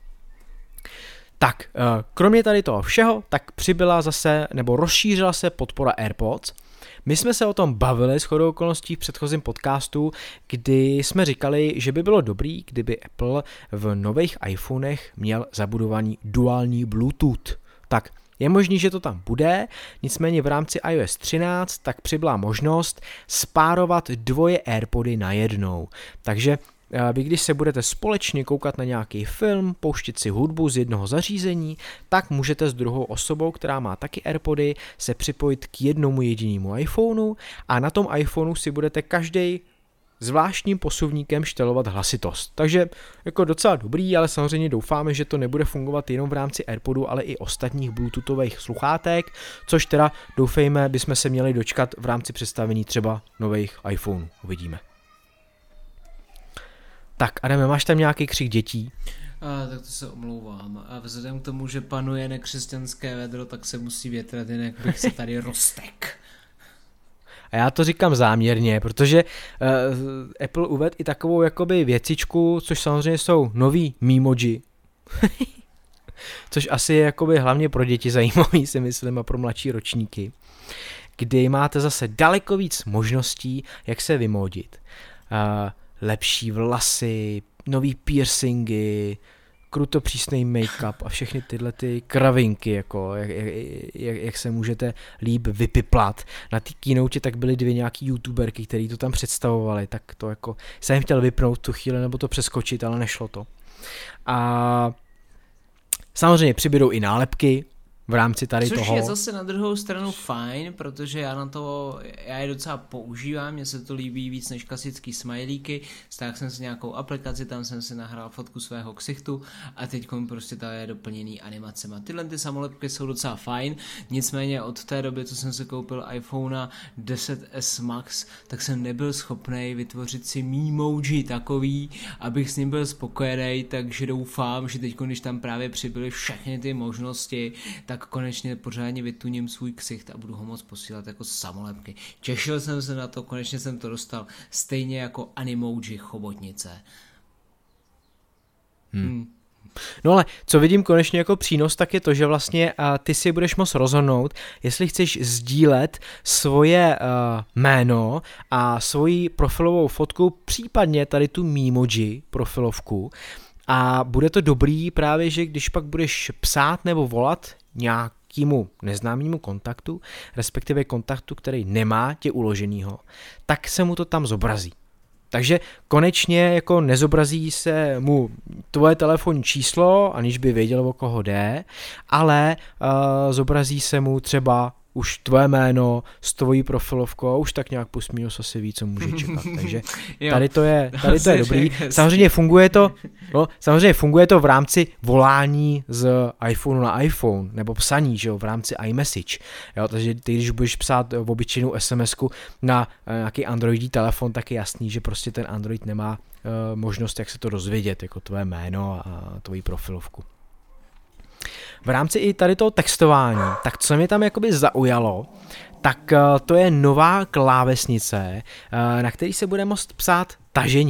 Tak, kromě tady toho všeho, tak přibyla zase, nebo rozšířila se podpora AirPods. My jsme se o tom bavili shodou okolností v předchozím podcastu, kdy jsme říkali, že by bylo dobrý, kdyby Apple v nových iPhonech měl zabudovaný duální Bluetooth. Tak, je možný, že to tam bude, nicméně v rámci iOS 13 tak přibyla možnost spárovat 2 AirPody najednou. Takže vy, když se budete společně koukat na nějaký film, pouštět si hudbu z jednoho zařízení, tak můžete s druhou osobou, která má taky AirPody, se připojit k jednomu jedinému iPhoneu a na tom iPhoneu si budete každý zvláštním posuvníkem štelovat hlasitost. Takže jako docela dobrý, ale samozřejmě doufáme, že to nebude fungovat jenom v rámci AirPodu, ale i ostatních bluetoothových sluchátek, což teda doufejme, bychom se měli dočkat v rámci představení třeba nových iPhoneů. Uvidíme. Tak, Adame, máš tam nějaký křik dětí? Tak to se omlouvám. A vzhledem k tomu, že panuje nekřesťanské vedro, tak se musí větrat, jinak bych se tady roztek. A já to říkám záměrně, protože Apple uvedl i takovou jakoby věcičku, což samozřejmě jsou nový Memoji. Což asi je jakoby hlavně pro děti zajímavý, si myslím, a pro mladší ročníky. Kdy máte zase daleko víc možností, jak se vymodit. Lepší vlasy, nový piercingy, kruto přísnej make-up a všechny tyhle ty kravinky, jako jak se můžete líp vypiplat. Na té keynote tak byly 2 nějaký youtuberky, který to tam představovali, tak to jako jsem chtěl vypnout tu chvíli nebo to přeskočit, ale nešlo to. A samozřejmě přibydou i nálepky v rámci tady toho. Což je zase na druhou stranu fajn, protože já je docela používám, mně se to líbí víc než klasický smajlíky, stáhl jsem si nějakou aplikaci, tam jsem si nahrál fotku svého ksichtu a teď prostě ta je doplněný animacema. Tyhle ty samolepky jsou docela fajn, nicméně od té doby, co jsem si koupil iPhone 10s Max, tak jsem nebyl schopnej vytvořit si Memoji takový, abych s ním byl spokojený, takže doufám, že teď, když tam právě přibyly všechny ty možnosti, tak konečně pořádně vytuním svůj ksicht a budu ho moc posílat jako samolepky. Těšil jsem se na to, konečně jsem to dostal stejně jako Animoji chobotnice. No ale co vidím konečně jako přínos, tak je to, že vlastně ty si budeš moct rozhodnout, jestli chceš sdílet svoje jméno a svoji profilovou fotku, případně tady tu Memoji profilovku. A bude to dobrý právě, že když pak budeš psát nebo volat nějakému neznámému kontaktu, respektive kontaktu, který nemá tě uloženýho, tak se mu to tam zobrazí. Takže konečně jako nezobrazí se mu tvoje telefonní číslo, aniž by věděl, o koho jde, ale zobrazí se mu třeba už tvoje jméno s tvojí profilovkou, už tak nějak plus minus asi ví, co může čekat. Takže tady to je dobrý. Samozřejmě funguje to v rámci volání z iPhoneu na iPhone, nebo psaní, že jo, v rámci iMessage. Jo, takže ty, když budeš psát v obyčejnou SMS-ku na nějaký Androidí telefon, tak je jasný, že prostě ten Android nemá možnost, jak se to dozvědět, jako tvoje jméno a tvoji profilovku. V rámci i tady toho textování, tak co mě tam jakoby zaujalo, tak to je nová klávesnice, na který se bude moct psát tažením.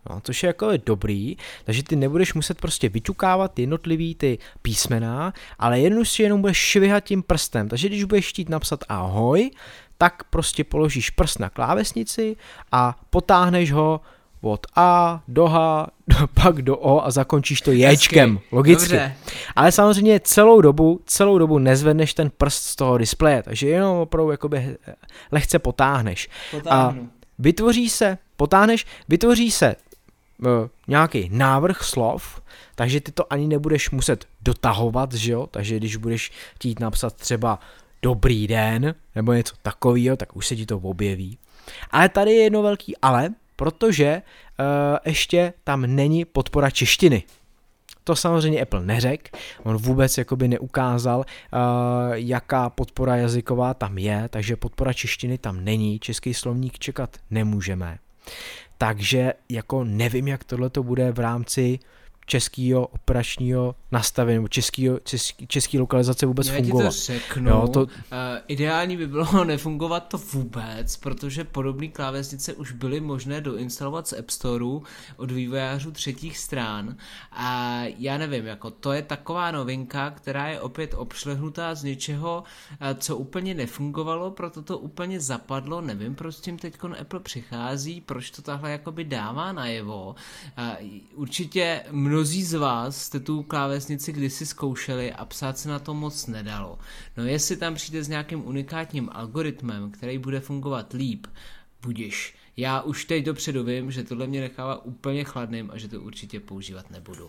No, což je jako dobrý, takže ty nebudeš muset prostě vyťukávat jednotlivý ty písmena, ale jenom budeš švihat tím prstem, takže když budeš chtít napsat ahoj, tak prostě položíš prst na klávesnici a potáhneš ho od A do H, pak do O a zakončíš to Jčkem, logicky. Dobře. Ale samozřejmě celou dobu nezvedneš ten prst z toho displeje, takže jenom opravdu jakoby lehce potáhneš. Potáhnu. A vytvoří se nějaký návrh slov, takže ty to ani nebudeš muset dotahovat, že jo, takže když budeš chtít napsat třeba dobrý den, nebo něco takového, tak už se ti to objeví. Ale tady je jedno velký ale, protože ještě tam není podpora češtiny. To samozřejmě Apple neřekl, on vůbec jakoby neukázal, jaká podpora jazyková tam je, takže podpora češtiny tam není, český slovník čekat nemůžeme. Takže jako nevím, jak tohle to bude v rámci českého operačního nastavení, nebo český lokalizace vůbec fungovat. Já ti to řeknu, jo, ideální by bylo nefungovat to vůbec, protože podobné klávesnice už byly možné doinstalovat z App Storeu od vývojářů třetích stran a já nevím, jako to je taková novinka, která je opět obšlehnutá z něčeho, co úplně nefungovalo, proto to úplně zapadlo, nevím, proč s tím teďkon Apple přichází, proč to tahle jakoby dává najevo. Určitě mnozí z vás jste tu klávesnici kdysi zkoušeli a psát se na to moc nedalo. No jestli tam přijde s nějakým unikátním algoritmem, který bude fungovat líp, budiš. Já už teď dopředu vím, že tohle mě nechává úplně chladným a že to určitě používat nebudu.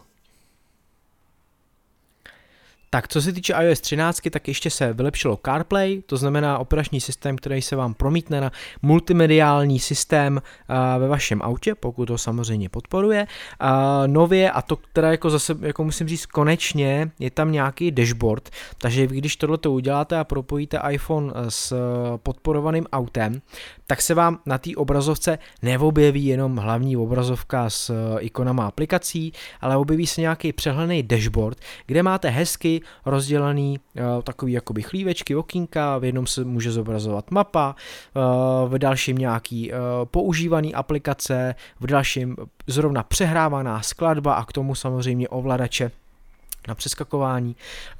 Tak co se týče iOS 13, tak ještě se vylepšilo CarPlay, to znamená operační systém, který se vám promítne na multimediální systém ve vašem autě, pokud to samozřejmě podporuje. Nově, a to teda jako zase, jako musím říct, konečně je tam nějaký dashboard, takže když tohleto uděláte a propojíte iPhone s podporovaným autem, tak se vám na té obrazovce neobjeví jenom hlavní obrazovka s ikonama aplikací, ale objeví se nějaký přehledný dashboard, kde máte hezky rozdělený takový jakoby chlívečky, okýnka, v jednom se může zobrazovat mapa, v dalším nějaký používaný aplikace, v dalším zrovna přehrávaná skladba a k tomu samozřejmě ovladače na přeskakování,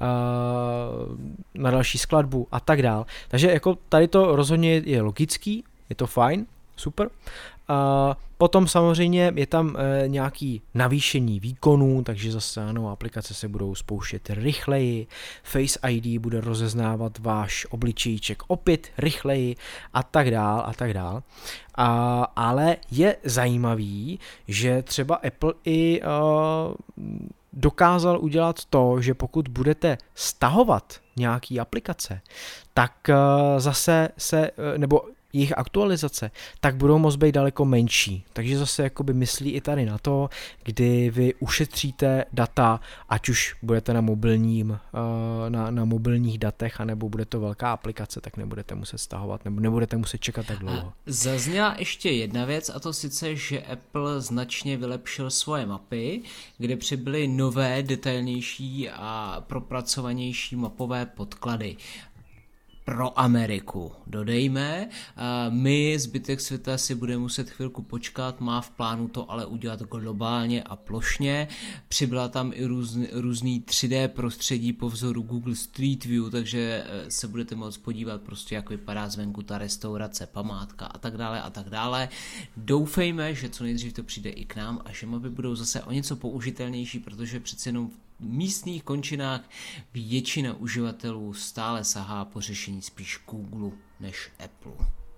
na další skladbu a tak dál. Takže jako tady to rozhodně je logický, je to fajn, super. Potom samozřejmě je tam nějaký navýšení výkonů, takže zase ano, aplikace se budou spouštět rychleji, Face ID bude rozeznávat váš obličejček opět rychleji a tak dál a tak dál. Ale je zajímavý, že třeba Apple i dokázal udělat to, že pokud budete stahovat nějaký aplikace, tak zase nebo jejich aktualizace, tak budou moct být daleko menší. Takže zase jakoby myslí i tady na to, kdy vy ušetříte data, ať už budete na mobilních datech, anebo bude to velká aplikace, tak nebudete muset stahovat, nebo nebudete muset čekat tak dlouho. Zazněla ještě jedna věc, a to sice, že Apple značně vylepšil svoje mapy, kde přibyly nové, detailnější a propracovanější mapové podklady. Pro Ameriku, dodejme. My, zbytek světa, si bude muset chvilku počkat, má v plánu to ale udělat globálně a plošně. Přibyla tam i různý 3D prostředí po vzoru Google Street View, takže se budete moct podívat prostě, jak vypadá zvenku ta restaurace, památka a tak dále a tak dále. Doufejme, že co nejdřív to přijde i k nám a že mapy budou zase o něco použitelnější, protože přeci jenom místních končinách většina uživatelů stále sahá po řešení spíš Google než Apple.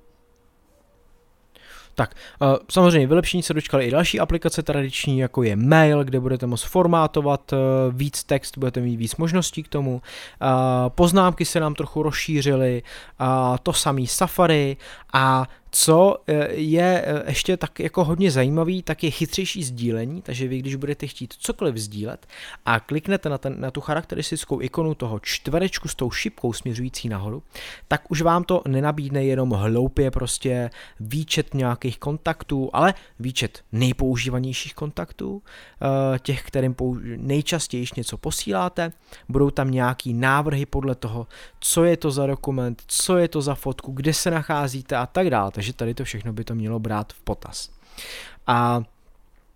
Tak, samozřejmě vylepšení se dočkaly i další aplikace tradiční, jako je Mail, kde budete moct formátovat víc text, budete mít víc možností k tomu. Poznámky se nám trochu rozšířily, to samý Safari a co je ještě tak jako hodně zajímavý, tak je chytřejší sdílení, takže vy, když budete chtít cokoliv sdílet a kliknete na tu charakteristickou ikonu toho čtverečku s tou šipkou směřující nahoru, tak už vám to nenabídne jenom hloupě prostě výčet nějakých kontaktů, ale výčet nejpoužívanějších kontaktů, těch, kterým nejčastěji něco posíláte, budou tam nějaký návrhy podle toho, co je to za dokument, co je to za fotku, kde se nacházíte a tak dále. Takže tady to všechno by to mělo brát v potaz. A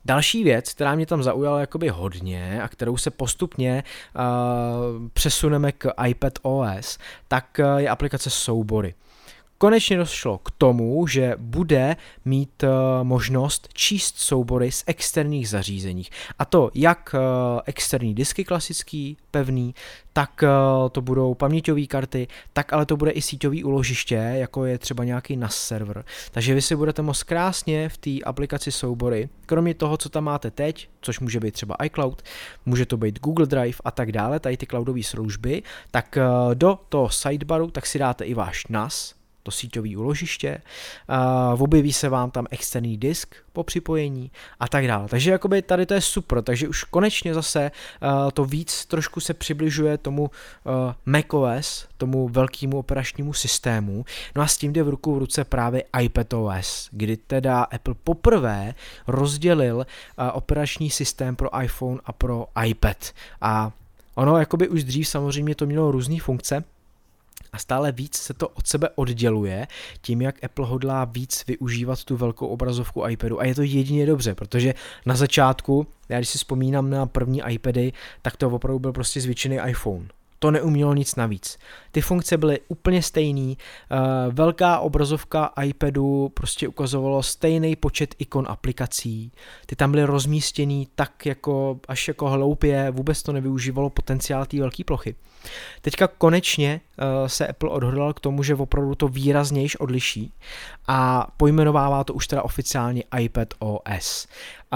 Další věc, která mě tam zaujala jakoby hodně a kterou se postupně přesuneme k iPadOS, tak je aplikace Soubory. Konečně došlo k tomu, že bude mít možnost číst soubory z externích zařízení. A to jak externí disky klasický, pevný, tak to budou paměťové karty, tak ale to bude i síťový úložiště, jako je třeba nějaký NAS server. Takže vy si budete moct krásně v té aplikaci Soubory, kromě toho, co tam máte teď, což může být třeba iCloud, může to být Google Drive a tak dále, tady ty cloudové služby, tak do toho sidebaru tak si dáte i váš NAS, to síťové úložiště, objeví se vám tam externí disk po připojení a tak dále. Takže jakoby tady to je super, takže už konečně zase to víc trošku se přibližuje tomu macOS, tomu velkému operačnímu systému. No a s tím jde v ruku v ruce právě iPadOS, kdy teda Apple poprvé rozdělil operační systém pro iPhone a pro iPad. A ono jakoby už dřív samozřejmě to mělo různé funkce, a stále víc se to od sebe odděluje tím, jak Apple hodlá víc využívat tu velkou obrazovku iPadu. A je to jedině dobře, protože na začátku, já když si vzpomínám na první iPady, tak to opravdu byl prostě zvětšený iPhone. To neumělo nic navíc. Ty funkce byly úplně stejný, velká obrazovka iPadu prostě ukazovalo stejný počet ikon aplikací, ty tam byly rozmístěný tak jako až jako hloupě, vůbec to nevyužívalo potenciál té velké plochy. Teďka konečně se Apple odhodlal k tomu, že opravdu to výraznějš odliší a pojmenovává to už teda oficiálně iPadOS.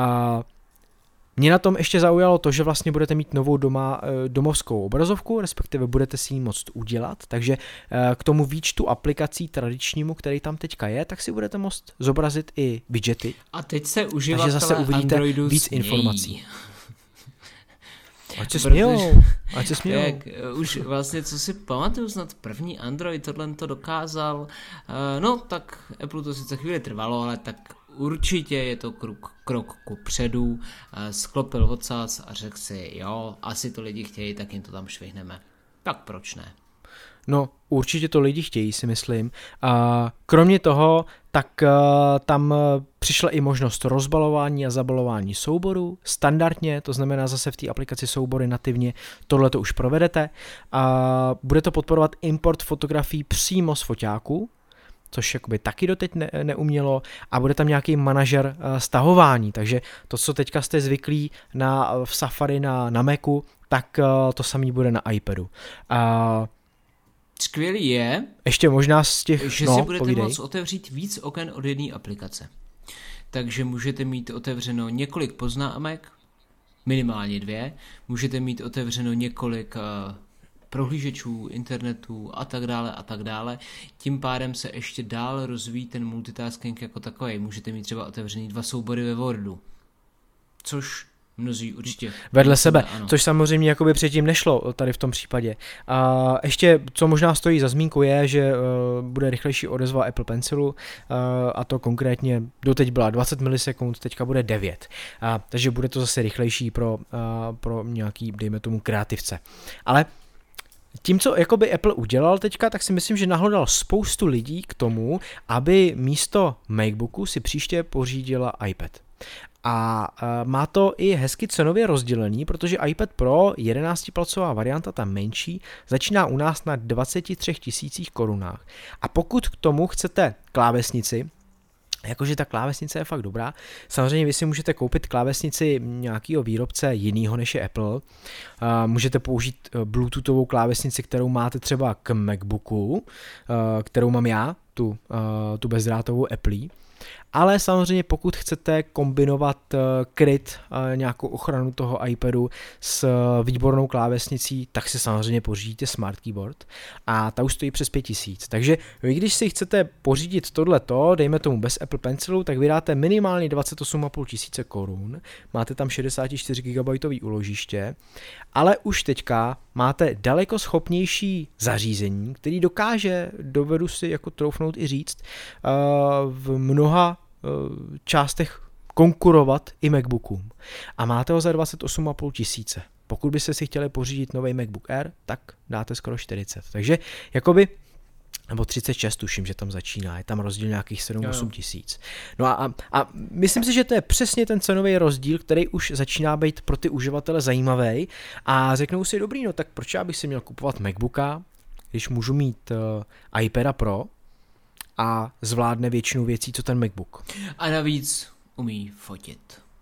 Mě na tom ještě zaujalo to, že vlastně budete mít novou domovskou obrazovku, respektive budete si ji moct udělat, takže k tomu výčtu aplikací tradičnímu, který tam teďka je, tak si budete moct zobrazit i widgety. A teď se uživatelé zase uvidíte Androidu víc smějí. Informací. Ať se smějou. Už vlastně, co si pamatuju, snad první Android tohle to dokázal, no tak Apple to sice chvíli trvalo, ale tak určitě je to krok ku předu, sklopil odsaz a řekl si, jo, asi to lidi chtějí, tak jim to tam švihneme. Tak proč ne? No, určitě to lidi chtějí, si myslím. Kromě toho, tak tam přišla i možnost rozbalování a zabalování souborů standardně, to znamená zase v té aplikaci Soubory nativně tohle to už provedete. Bude to podporovat import fotografií přímo z foťáku, což jakoby taky doteď neumělo, a bude tam nějaký manažer stahování, takže to, co teďka jste zvyklí v Safari na Macu, tak to samý bude na iPadu. Skvělý je, ještě možná z těch, že si budete moct otevřít víc oken od jedné aplikace. Takže můžete mít otevřeno několik poznámek, minimálně 2, můžete mít otevřeno několik prohlížečů, internetu a tak dále. Tím pádem se ještě dál rozvíjí ten multitasking jako takový. Můžete mít třeba otevřený 2 soubory ve Wordu, což mnozí určitě vedle sebe, ano. Což samozřejmě jakoby předtím nešlo tady v tom případě. A ještě, co možná stojí za zmínku, je, že bude rychlejší odezva Apple Pencilu, a to konkrétně doteď byla 20 milisekund, teďka bude 9. Takže bude to zase rychlejší pro nějaký, dejme tomu, kreativce. Ale tím, co jakoby Apple udělal teďka, tak si myslím, že nahlodal spoustu lidí k tomu, aby místo MacBooku si příště pořídila iPad. A má to i hezky cenově rozdělený, protože iPad Pro 11-palcová varianta, ta menší, začíná u nás na 23 000 korunách. A pokud k tomu chcete klávesnici, jakože ta klávesnice je fakt dobrá, samozřejmě vy si můžete koupit klávesnici nějakého výrobce jinýho než je Apple, můžete použít bluetoothovou klávesnici, kterou máte třeba k MacBooku, kterou mám já, tu bezdrátovou Apple. Ale samozřejmě pokud chcete kombinovat kryt, nějakou ochranu toho iPadu s výbornou klávesnicí, tak si samozřejmě pořídíte Smart Keyboard a ta už stojí přes 5000. Takže vy, když si chcete pořídit tohleto, dejme tomu bez Apple Pencilu, tak vydáte minimálně 28 500 korun, máte tam 64 GB úložiště, ale už teďka máte daleko schopnější zařízení, který dovedu si jako troufnout i říct, v mnoha částech konkurovat i MacBookům. A máte ho za 28 500. Pokud byste si chtěli pořídit nový MacBook Air, tak dáte skoro 40. Takže jakoby nebo 36 tuším, že tam začíná, je tam rozdíl nějakých 7-8 tisíc. No a myslím si, že to je přesně ten cenový rozdíl, který už začíná být pro ty uživatele zajímavý a řeknou si, dobrý, no tak proč já bych si měl kupovat MacBooka, když můžu mít iPada Pro a zvládne většinu věcí, co ten MacBook. A navíc umí fotit.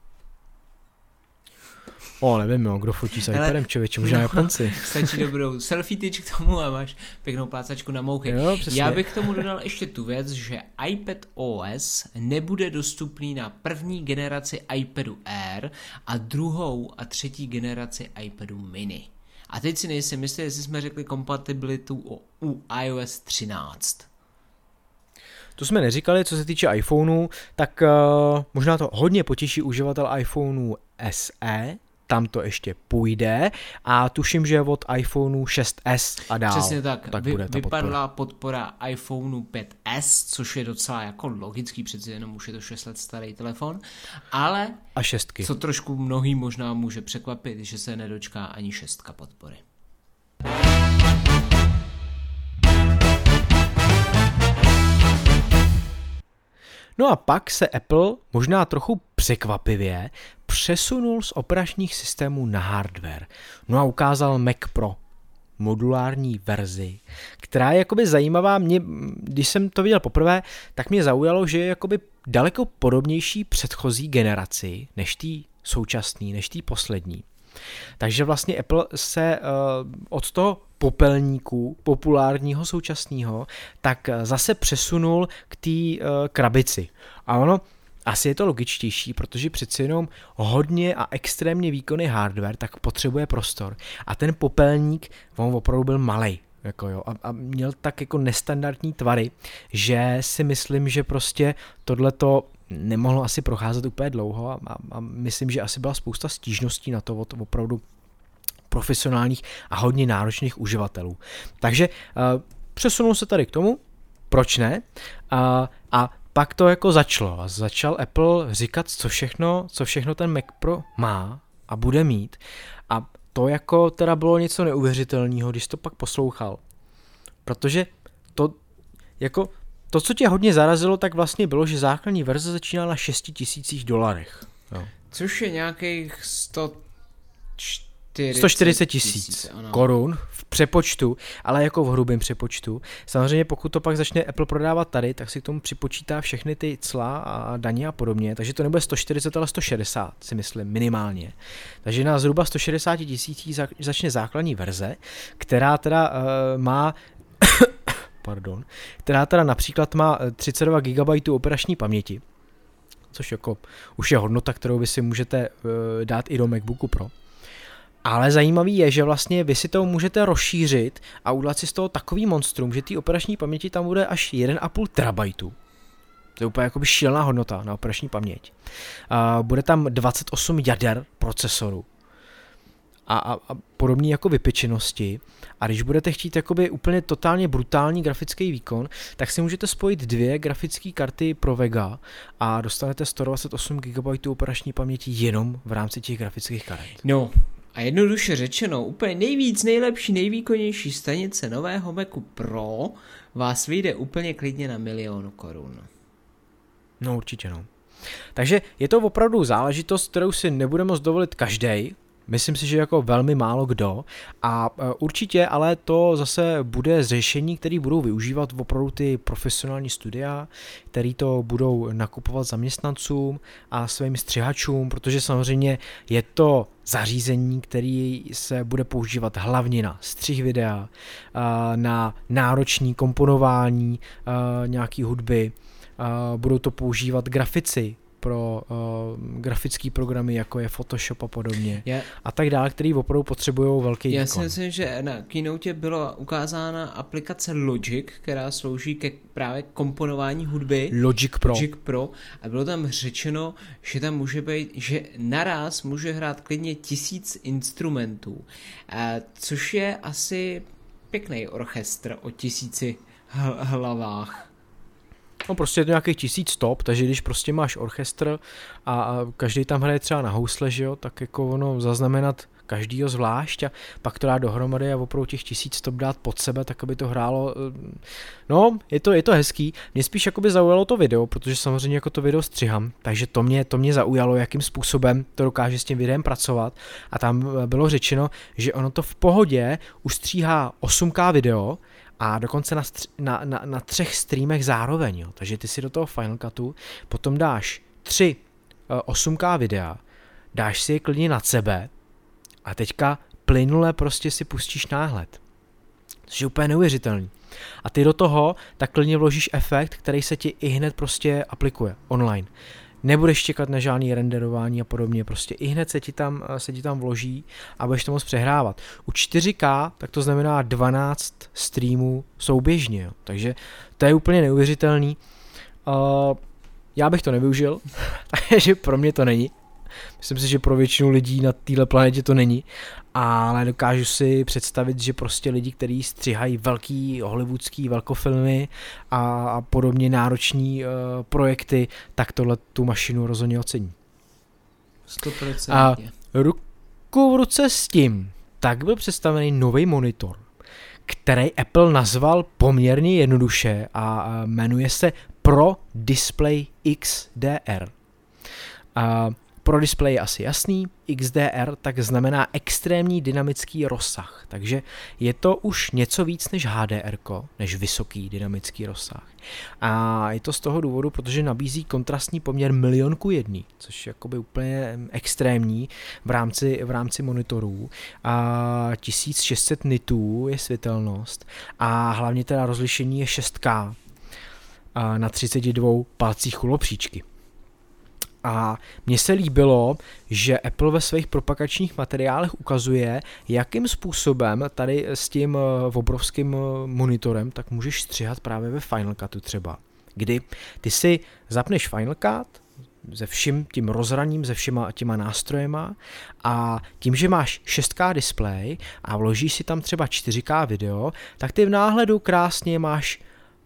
Nevím, kdo fotí s iPadem, člověče, možná Japonci. Stačí dobrou selfie tyč k tomu a máš pěknou plácačku na mouchy. Jo, já bych k tomu dodal ještě tu věc, že iPad OS nebude dostupný na první generaci iPadu Air a druhou a třetí generaci iPadu mini. A teď si nejsem jistý, jestli jsme řekli kompatibilitu u iOS 13. To jsme neříkali, co se týče iPhoneu, tak možná to hodně potěší uživatel iPhoneu SE, tam to ještě půjde a tuším, že od iPhoneu 6s a dál. Přesně tak, bude vypadla podpora iPhoneu 5s, což je docela jako logický, přeci jenom už je to 6 let starý telefon, ale a 6. Co trošku mnohý možná může překvapit, že se nedočká ani 6 podpory. No a pak se Apple možná trochu překvapivě přesunul z operačních systémů na hardware. No a ukázal Mac Pro, modulární verzi, která je jakoby zajímavá. Když jsem to viděl poprvé, tak mě zaujalo, že je jakoby daleko podobnější předchozí generaci, než tý současný, než tý poslední. Takže vlastně Apple se od toho popelníku populárního současného tak zase přesunul k té krabici. A ono asi je to logičtější, protože přeci jenom hodně a extrémně výkonný hardware tak potřebuje prostor. A ten popelník, on opravdu byl malej. A měl tak jako nestandardní tvary, že si myslím, že prostě tohleto nemohlo asi procházet úplně dlouho a myslím, že asi byla spousta stížností na to od opravdu profesionálních a hodně náročných uživatelů. Takže přesunul se tady k tomu, proč ne? A pak to jako začalo. Začal Apple říkat, co všechno ten Mac Pro má a bude mít. A to jako teda bylo něco neuvěřitelného, když to pak poslouchal. Protože to, co tě hodně zarazilo, tak vlastně bylo, že základní verze začínala na $6,000. Jo. Což je nějakých 140 000 korun v přepočtu, ale jako v hrubém přepočtu. Samozřejmě pokud to pak začne Apple prodávat tady, tak si k tomu připočítá všechny ty cla a daně a podobně, takže to nebude 140, ale 160 si myslím minimálně. Takže na zhruba 160 000 začne základní verze, která teda má která teda například má 32 GB operační paměti, což jako už je hodnota, kterou vy si můžete dát i do MacBooku Pro. Ale zajímavý je, že vlastně vy si to můžete rozšířit a udělat si z toho takový monstrum, že té operační paměti tam bude až 1,5 terabajtu. To je úplně jakoby šílená hodnota na operační paměť. Bude tam 28 jader procesoru a podobné jako vypečenosti. A když budete chtít jakoby úplně totálně brutální grafický výkon, tak si můžete spojit 2 grafické karty pro Vega a dostanete 128 GB operační paměti jenom v rámci těch grafických karet. No, a jednoduše řečeno, úplně nejlepší, nejvýkonnější stanice nového Macu Pro vás vyjde úplně klidně na 1 000 000 korun. No určitě no. Takže je to opravdu záležitost, kterou si nebude moct dovolit každej. Myslím si, že jako velmi málo kdo a určitě, ale to zase bude řešení, které budou využívat opravdu ty profesionální studia, který to budou nakupovat zaměstnancům a svým střihačům, protože samozřejmě je to zařízení, který se bude používat hlavně na střih videa, na náročné komponování nějaký hudby, budou to používat grafici, pro grafické programy, jako je Photoshop a podobně. A tak dále, který opravdu potřebují velký výkon. Já si myslím, že na Keynote byla ukázána aplikace Logic, která slouží ke právě komponování hudby. Logic Pro. A bylo tam řečeno, že tam může být, že naraz může hrát klidně 1000 instrumentů. Což je asi pěkný orchestr o 1000 hlavách. No prostě je to nějakých 1000 stop, takže když prostě máš orchestr a každý tam hraje třeba na housle, že jo, tak jako ono zaznamenat každýho zvlášť a pak to dát dohromady a opravdu těch 1000 stop dát pod sebe, tak aby to hrálo, no, je to hezký. Mě spíš jakoby zaujalo to video, protože samozřejmě jako to video střihám, takže to mě zaujalo, jakým způsobem to dokáže s tím videem pracovat a tam bylo řečeno, že ono to v pohodě ustříhá 8K video a dokonce na 3 streamech zároveň, jo. Takže ty si do toho Final Cutu potom dáš 3 8K videa, dáš si je klidně nad sebe a teďka plynule prostě si pustíš náhled. Což je úplně neuvěřitelný. A ty do toho tak klidně vložíš efekt, který se ti i hned prostě aplikuje online. Nebudeš čekat na žádný renderování a podobně, prostě i hned se ti tam vloží a budeš to moc přehrávat. U 4K tak to znamená 12 streamů souběžně, jo. Takže to je úplně neuvěřitelný. Já bych to nevyužil, takže pro mě to není. Myslím si, že pro většinu lidí na téhle planetě to není, ale dokážu si představit, že prostě lidi, kteří střihají velký hollywoodský velkofilmy a podobně nároční projekty, tak tohle tu mašinu rozhodně ocení. 100%. A ruku v ruce s tím, tak byl představený nový monitor, který Apple nazval poměrně jednoduše a jmenuje se Pro Display XDR. Pro display je asi jasný, XDR tak znamená extrémní dynamický rozsah, takže je to už něco víc než HDR, než vysoký dynamický rozsah. A je to z toho důvodu, protože nabízí kontrastní poměr 1:1, což je jakoby úplně extrémní v rámci monitorů. A 1600 nitů je světelnost a hlavně teda rozlišení je 6K na 32 palcích u lopříčky. A mně se líbilo, že Apple ve svých propagačních materiálech ukazuje, jakým způsobem tady s tím obrovským monitorem tak můžeš střihat právě ve Final Cutu třeba. Kdy ty si zapneš Final Cut se vším tím rozhraním, se všema těma nástrojema a tím, že máš 6K display a vložíš si tam třeba 4K video, tak ty v náhledu krásně máš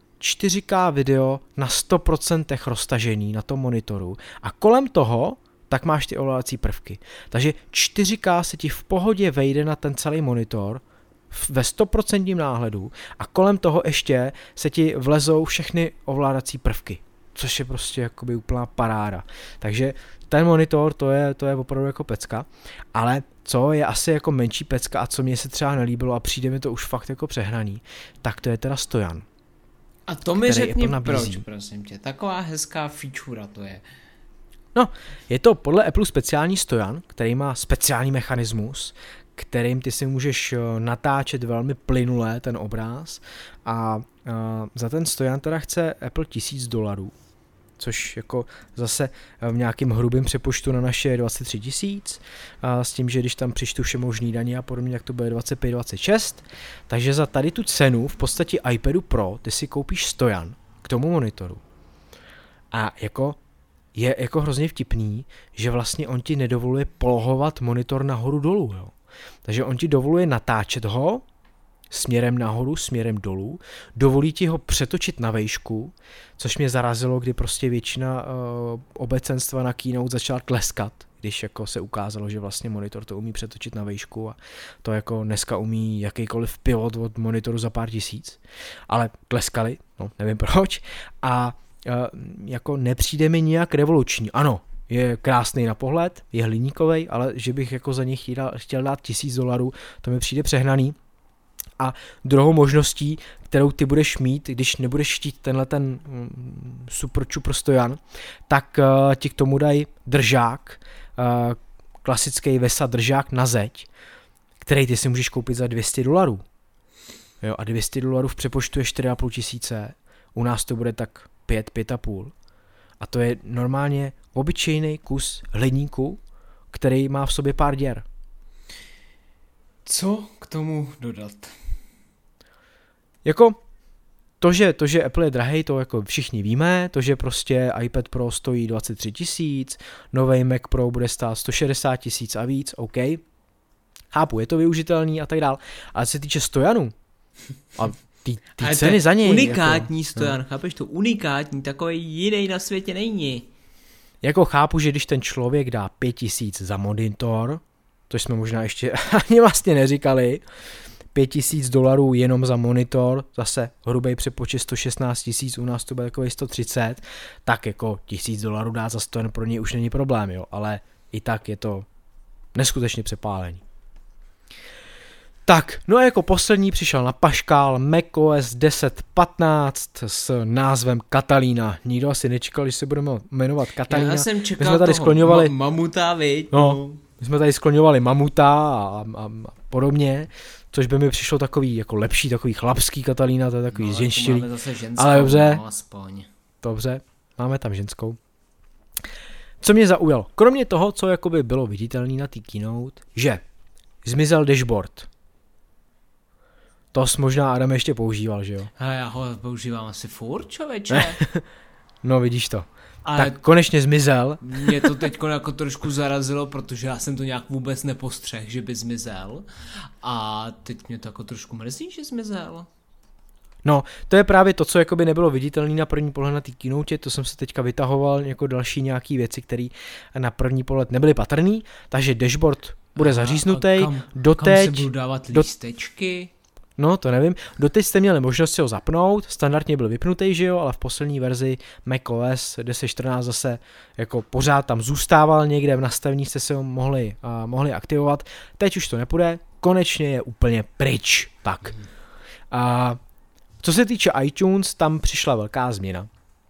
4K video na 100% roztažený na tom monitoru a kolem toho tak máš ty ovládací prvky. Takže 4K se ti v pohodě vejde na ten celý monitor ve 100% náhledu a kolem toho ještě se ti vlezou všechny ovládací prvky, což je prostě jakoby úplná paráda. Takže ten monitor, to je opravdu jako pecka, ale co je asi jako menší pecka a co mě se třeba nelíbilo a přijde mi to už fakt jako přehnaný, tak to je teda stojan. A to mi řekni proč, prosím tě. Taková hezká feature to je. No, je to podle Apple speciální stojan, který má speciální mechanismus, kterým ty si můžeš natáčet velmi plynule ten obráz a za ten stojan teda chce Apple $1000, což jako zase v nějakým hrubým přepočtu na naše 23 000, s tím, že když tam přičtu vše možný daně a podobně, tak to bude 25-26, takže za tady tu cenu v podstatě iPadu Pro ty si koupíš stojan k tomu monitoru. A jako je jako hrozně vtipný, že vlastně on ti nedovoluje polohovat monitor nahoru dolů, jo. Takže on ti dovoluje natáčet ho směrem nahoru, směrem dolů, dovolí ti ho přetočit na vejšku, což mě zarazilo, kdy prostě většina obecenstva na Keynote začala tleskat, když jako se ukázalo, že vlastně monitor to umí přetočit na vejšku a to jako dneska umí jakýkoliv pilot od monitoru za pár tisíc, ale tleskali, no nevím proč a jako nepřijde mi nějak revoluční, ano, je krásný na pohled, je hliníkovej, ale že bych jako za něj chtěl dát $1000, to mi přijde přehnaný. A druhou možností, kterou ty budeš mít, když nebudeš chtít tenhle ten super čupr stojan, tak ti k tomu dají držák, klasický VESA držák na zeď, který ty si můžeš koupit za $200. Jo, a $200 v přepočtu je 4500, u nás to bude tak 5,5. A to je normálně obyčejný kus hliníku, který má v sobě pár děr. Co k tomu dodat? Jako to, že Apple je drahej, to jako všichni víme, to, že prostě iPad Pro stojí 23 000, nový Mac Pro bude stát 160 000 a víc, OK. Chápu, je to využitelný a tak dál. Ale co se týče stojanů a ty ceny za něj. Unikátní jako, stojan, no. Chápeš to? Unikátní, takový jiný na světě není. Jako chápu, že když ten člověk dá 5 000 za monitor, to jsme možná ještě ani vlastně neříkali, $5,000 jenom za monitor, zase hrubý přepočet 116 000, u nás to bude takový 130, tak jako $1,000 dát za 100 pro něj už není problém, jo, ale i tak je to neskutečně přepálení. Tak, no a jako poslední přišel na paškál macOS 10.15 s názvem Catalina. Nikdo asi nečekal, že se budeme jmenovat Catalina. Já jsem čekal my jsme tady skloňovali mamuta, viď? No, my jsme tady skloňovali mamuta a podobně, což by mi přišlo takový jako lepší, takový chlapský Catalina, to je takový zženštilý. Máme zase ženskou, ale dobře, no, aspoň. Dobře, máme tam ženskou. Co mě zaujalo, kromě toho, co jakoby bylo viditelné na té keynote, že zmizel dashboard. To jsi možná Adam ještě používal, že jo? A já ho používám asi furt, člověče. No vidíš to. Ale tak konečně zmizel. Mě to teď jako trošku zarazilo, protože já jsem to nějak vůbec nepostřehl, že by zmizel. A teď mě to jako trošku mrzí, že zmizel. No, to je právě to, co jakoby nebylo viditelné na první pohled na té keynote, to jsem se teďka vytahoval jako další nějaký věci, které na první pohled nebyly patrný, takže dashboard bude zaříznutý. Kam se budou dávat lístečky? No, to nevím. Doteď jste měli možnost si ho zapnout, standardně byl vypnutý, že jo, ale v poslední verzi macOS 10.14 zase jako pořád tam zůstával někde v nastavení, jste si ho mohli aktivovat. Teď už to nepůjde, konečně je úplně pryč. Tak. A co se týče iTunes, tam přišla velká změna.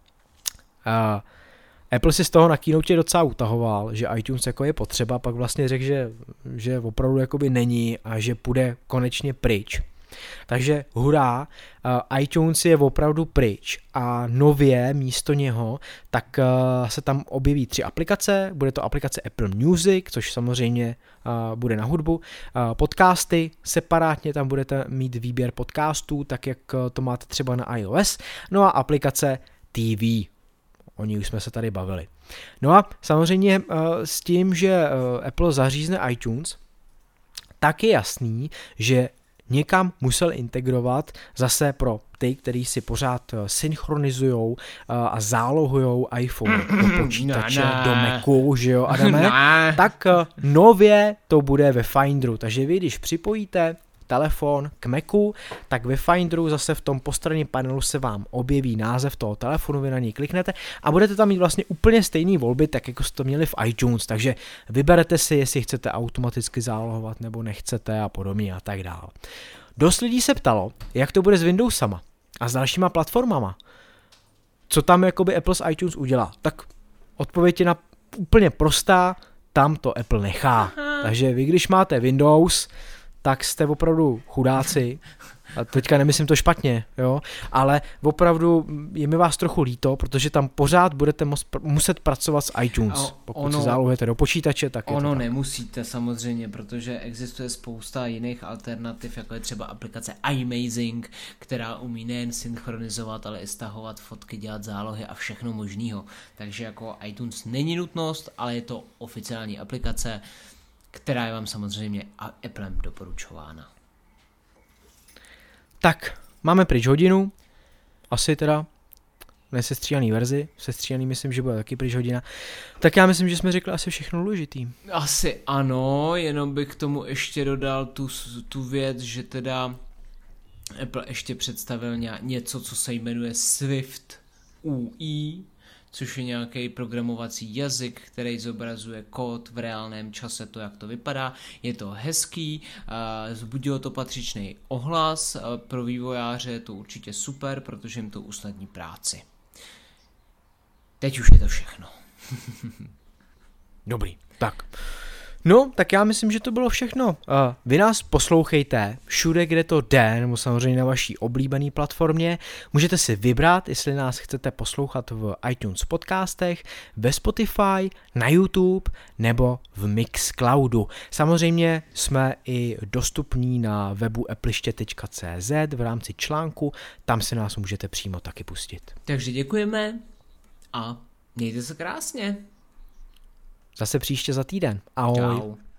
Apple si z toho na keynote docela utahoval, že iTunes jako je potřeba, pak vlastně řekl, že opravdu jakoby není a že půjde konečně pryč. Takže hurá, iTunes je opravdu pryč a nově místo něho tak se tam objeví 3 aplikace, bude to aplikace Apple Music, což samozřejmě bude na hudbu, podcasty, separátně tam budete mít výběr podcastů, tak jak to máte třeba na iOS, no a aplikace TV, o ní už jsme se tady bavili. No a samozřejmě s tím, že Apple zařízne iTunes, tak je jasný, že někam musel integrovat zase pro ty, kteří si pořád synchronizujou a zálohujou iPhone do počítače, do Macu, že jo, Adame? Tak nově to bude ve Finderu, takže vy, když připojíte telefon k Macu, tak ve Finderu zase v tom postranním panelu se vám objeví název toho telefonu, vy na něj kliknete a budete tam mít vlastně úplně stejný volby, tak jako jste to měli v iTunes, takže vyberete si, jestli chcete automaticky zálohovat nebo nechcete a podobně a tak dál. Dost lidí se ptalo, jak to bude s Windowsama a s dalšíma platformama. Co tam jakoby Apple s iTunes udělá? Tak odpověď je úplně prostá, tam to Apple nechá. Takže vy, když máte Windows, tak jste opravdu chudáci, a teďka nemyslím to špatně, jo, ale opravdu je mi vás trochu líto, protože tam pořád budete muset pracovat s iTunes. Pokud si zálohujete do počítače, tak je to nemusíte samozřejmě, protože existuje spousta jiných alternativ, jako je třeba aplikace iMazing, která umí nejen synchronizovat, ale i stahovat fotky, dělat zálohy a všechno možného. Takže jako iTunes není nutnost, ale je to oficiální aplikace, která je vám samozřejmě Applem doporučována. Tak, máme pryč hodinu, asi teda nesestříhaný verzi, sestříhaný myslím, že bude taky pryč hodina, tak já myslím, že jsme řekli asi všechno důležitý. Asi ano, jenom bych k tomu ještě dodal tu věc, že teda Apple ještě představil něco, co se jmenuje Swift UI, což je nějaký programovací jazyk, který zobrazuje kód v reálném čase, to, jak to vypadá. Je to hezký, vzbudilo to patřičný ohlas, pro vývojáře je to určitě super, protože jim to usnadní práci. Teď už je to všechno. Dobrý, tak. No, tak já myslím, že to bylo všechno. Vy nás poslouchejte všude, kde to jde, nebo samozřejmě na vaší oblíbené platformě. Můžete si vybrat, jestli nás chcete poslouchat v iTunes podcastech, ve Spotify, na YouTube nebo v Mixcloudu. Samozřejmě jsme i dostupní na webu appliště.cz v rámci článku, tam si nás můžete přímo taky pustit. Takže děkujeme a mějte se krásně. Zase příště za týden. Ahoj. Čau.